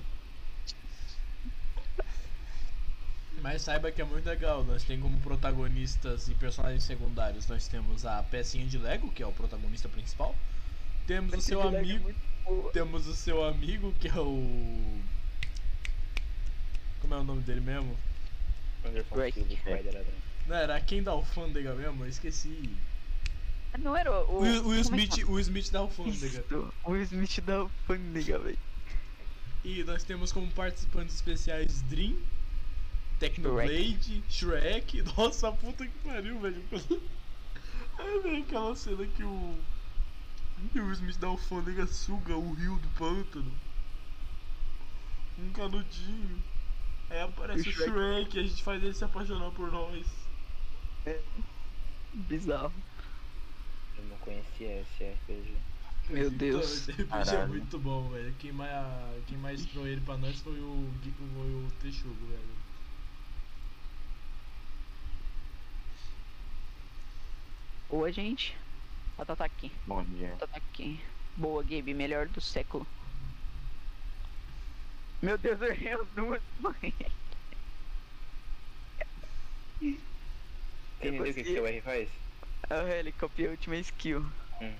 Speaker 2: Mas saiba que é muito legal. Nós temos como protagonistas e personagens secundários. Nós temos a pecinha de Lego, que é o protagonista principal. Temos o seu amigo. Temos o seu amigo, que é o. Como é o nome dele mesmo?
Speaker 1: Anderson
Speaker 9: Drake.
Speaker 1: Silva, pai da ladrão.
Speaker 2: Não, era quem da alfândega mesmo? Eu esqueci.
Speaker 9: Não era o.
Speaker 2: Will
Speaker 9: como é que
Speaker 2: Smith,
Speaker 9: chama?
Speaker 2: Will Smith da alfândega.
Speaker 9: Isso, o Will Smith da alfândega, velho.
Speaker 2: E nós temos como participantes especiais Dream, Technoblade, Shrek. Nossa, puta que pariu, velho. Ai, velho, aquela cena que o Will Smith da alfândega suga o rio do pântano. Um canudinho. Aí aparece o Shrek e a gente faz ele se apaixonar por nós.
Speaker 9: Bizarro.
Speaker 1: Eu não conhecia esse RPG.
Speaker 9: Meu
Speaker 2: Então,
Speaker 9: Deus.
Speaker 2: esse RPG é
Speaker 8: Caralho.
Speaker 2: muito bom, velho. Quem mais trouxe ele pra nós foi o Texugo, velho.
Speaker 9: Oi, gente. A Tata aqui.
Speaker 8: Bom dia.
Speaker 9: Tata aqui. Boa, Gabe. Melhor do século. Meu Deus, eu errei as duas.
Speaker 1: Você entendeu o que o R faz?
Speaker 9: Ele copiou a última skill.
Speaker 1: Uhum.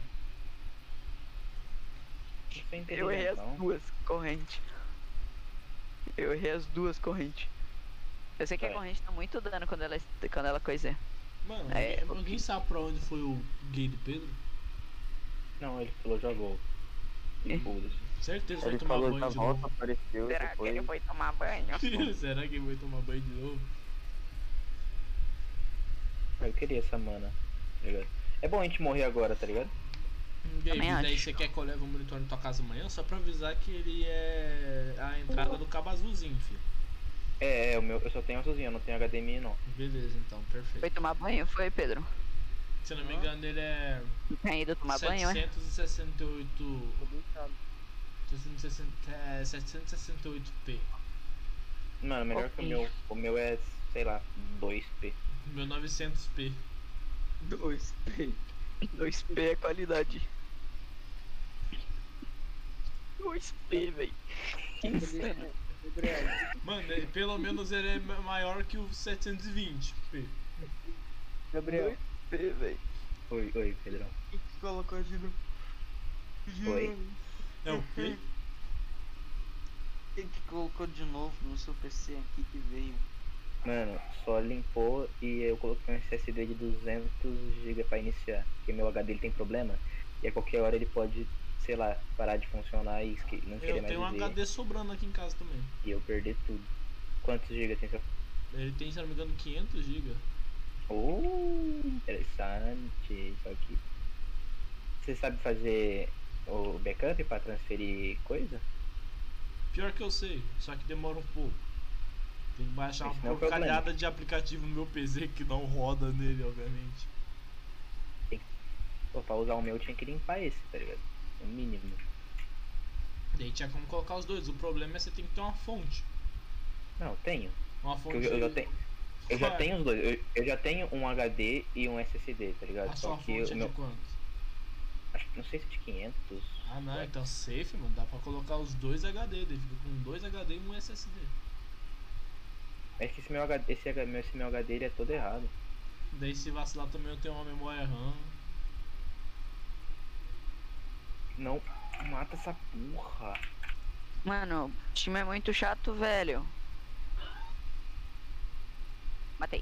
Speaker 1: Isso é
Speaker 9: Eu errei as
Speaker 1: inteligentão.
Speaker 9: duas correntes. Eu errei as duas correntes. Eu sei que a
Speaker 1: Vai.
Speaker 9: corrente tá muito dano quando ela coisa.
Speaker 2: Mano,
Speaker 9: É,
Speaker 2: alguém sabe pra onde foi o gay do Pedro?
Speaker 1: Não, ele falou jogou.
Speaker 9: É.
Speaker 1: Foda-se.
Speaker 2: Certeza que vai
Speaker 8: Ele
Speaker 2: tomar
Speaker 8: falou
Speaker 2: banho
Speaker 8: da
Speaker 2: de
Speaker 8: volta,
Speaker 2: novo.
Speaker 8: apareceu,
Speaker 9: Será que
Speaker 8: depois...
Speaker 9: ele foi tomar banho?
Speaker 2: Será que ele vai tomar banho de novo?
Speaker 1: Eu queria essa mana, tá ligado? É bom a gente morrer agora, tá ligado?
Speaker 2: Gabe,
Speaker 9: Também
Speaker 2: daí
Speaker 9: acho.
Speaker 2: você quer que eu leve o monitor na tua casa amanhã? Só pra avisar que ele é a entrada do cabo azulzinho, filho.
Speaker 1: O meu, eu só tenho azulzinho, eu não tenho HDMI não.
Speaker 2: Beleza, então,
Speaker 9: Foi
Speaker 2: perfeito.
Speaker 9: tomar banho? Foi, Pedro?
Speaker 2: Se eu não me engano, ele é
Speaker 9: Tem ido tomar banho, é?
Speaker 2: 768... 768p.
Speaker 1: Mano, melhor que o
Speaker 9: Ok.
Speaker 1: meu. O meu é, sei lá, 2P.
Speaker 2: O meu 900p.
Speaker 9: 2P. 2P é qualidade. 2P, véi. Que insano.
Speaker 2: Mano, pelo menos ele é maior que o 720p.
Speaker 5: Gabriel,
Speaker 9: 2P, véi.
Speaker 1: Oi, Pedrão.
Speaker 5: o que que colocou de novo?
Speaker 1: Oi.
Speaker 2: É o quê?
Speaker 5: O que colocou de novo no seu PC aqui que veio?
Speaker 1: Mano, só limpou e eu coloquei um SSD de 200 GB pra iniciar. Porque meu HD ele tem problema e a qualquer hora ele pode, sei lá, parar de funcionar e não querer
Speaker 2: Eu
Speaker 1: mais
Speaker 2: tenho um
Speaker 1: viver
Speaker 2: HD sobrando aqui em casa também.
Speaker 1: e eu perder tudo. Quantos GB tem seu?
Speaker 2: Ele tem, se não me engano, 500 GB.
Speaker 1: Interessante. Só que você sabe fazer o backup pra transferir coisa?
Speaker 2: Pior que eu sei, só que demora um pouco. Tem que baixar
Speaker 1: Esse
Speaker 2: uma
Speaker 1: não é o problema.
Speaker 2: porcalhada de aplicativo no meu PC que não roda nele, obviamente.
Speaker 1: Pô, pra usar o meu eu tinha que limpar esse, tá ligado? No mínimo.
Speaker 2: Daí tinha como colocar os dois. O problema é que você tem que ter uma fonte.
Speaker 1: Não, tenho.
Speaker 2: Uma
Speaker 1: Porque
Speaker 2: fonte.
Speaker 1: eu já tenho. Eu já
Speaker 2: Ué,
Speaker 1: tenho os dois. Eu já tenho um HD e um SSD, tá ligado?
Speaker 2: A
Speaker 1: Só
Speaker 2: sua
Speaker 1: que
Speaker 2: fonte é
Speaker 1: o meu.
Speaker 2: de quanto?
Speaker 1: Acho que não sei se é de 500.
Speaker 2: Ah não, então safe, mano. Dá pra colocar os dois HD. Daí fica com dois HD e um SSD.
Speaker 1: É que esse meu HD ele é todo errado.
Speaker 2: Daí se vacilar também eu tenho uma memória RAM.
Speaker 1: Não mata essa porra.
Speaker 9: Mano, o time é muito chato, velho. Matei.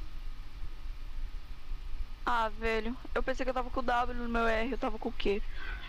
Speaker 9: Ah, velho. Eu pensei que eu tava com o W no meu R, eu tava com o Q.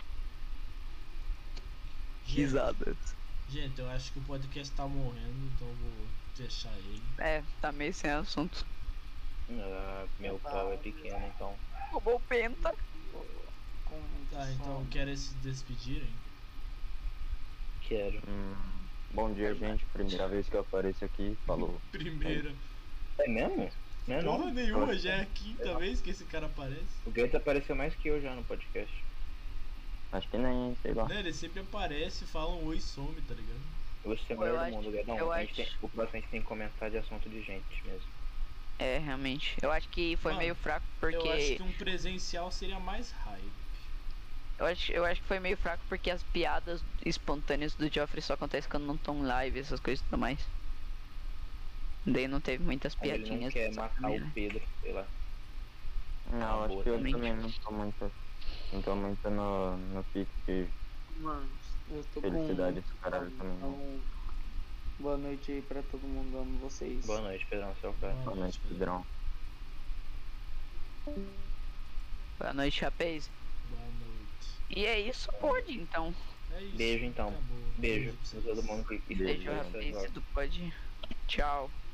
Speaker 9: Risadas.
Speaker 2: Gente, eu acho que o podcast tá morrendo, então eu vou fechar ele.
Speaker 9: É, tá meio sem assunto.
Speaker 1: Meu pau é pequeno, então.
Speaker 9: Roubou o penta.
Speaker 2: Tá, então querem se despedirem?
Speaker 1: Quero.
Speaker 8: Bom dia, gente. Primeira vez que eu apareço aqui. Falou.
Speaker 2: Primeira.
Speaker 1: É mesmo? Não é
Speaker 2: Porra
Speaker 1: não?
Speaker 2: nenhuma, já é a quinta vez que esse cara aparece.
Speaker 1: O Gates apareceu mais que eu já no podcast.
Speaker 8: Acho que nem, sei lá.
Speaker 2: Né, ele sempre aparece, fala um oi e some, tá ligado?
Speaker 1: Você é o
Speaker 9: Pô, eu
Speaker 1: melhor do
Speaker 9: acho-
Speaker 1: mundo, Guedão.
Speaker 9: eu
Speaker 1: A gente
Speaker 9: acho-
Speaker 1: o próximo a gente tem que comentar de assunto de gente mesmo.
Speaker 9: É, realmente. Eu acho que foi
Speaker 2: Mano,
Speaker 9: meio fraco
Speaker 2: Eu acho
Speaker 9: porque.
Speaker 2: que um presencial seria mais hype.
Speaker 9: Eu acho que foi meio fraco porque as piadas espontâneas do Joffrey só acontecem quando não estão live, essas coisas e tudo mais. Daí não teve muitas
Speaker 1: Aí ele não
Speaker 9: piadinhas.
Speaker 1: quer
Speaker 9: só
Speaker 1: matar
Speaker 9: também,
Speaker 1: o
Speaker 9: né?
Speaker 1: Pedro, sei lá.
Speaker 8: Não, acho
Speaker 1: boa
Speaker 8: que eu
Speaker 9: também.
Speaker 8: também não tô muito no pique de
Speaker 5: Mano, eu tô
Speaker 8: felicidade
Speaker 5: com...
Speaker 8: dos caralho também. Não.
Speaker 5: Então, boa noite aí pra todo mundo, amo vocês.
Speaker 1: Boa noite, Pedrão, seu cara.
Speaker 8: Boa noite, Pedrão.
Speaker 9: Boa noite, rapaz.
Speaker 2: Boa noite.
Speaker 9: E é isso, pode então.
Speaker 2: É isso.
Speaker 1: Beijo, então.
Speaker 2: Acabou.
Speaker 1: Beijo
Speaker 2: pra
Speaker 1: pra
Speaker 2: vocês.
Speaker 1: todo mundo que
Speaker 9: Beijo,
Speaker 1: escutou essa
Speaker 9: rapaz,
Speaker 1: voz.
Speaker 9: do pode. Tchau.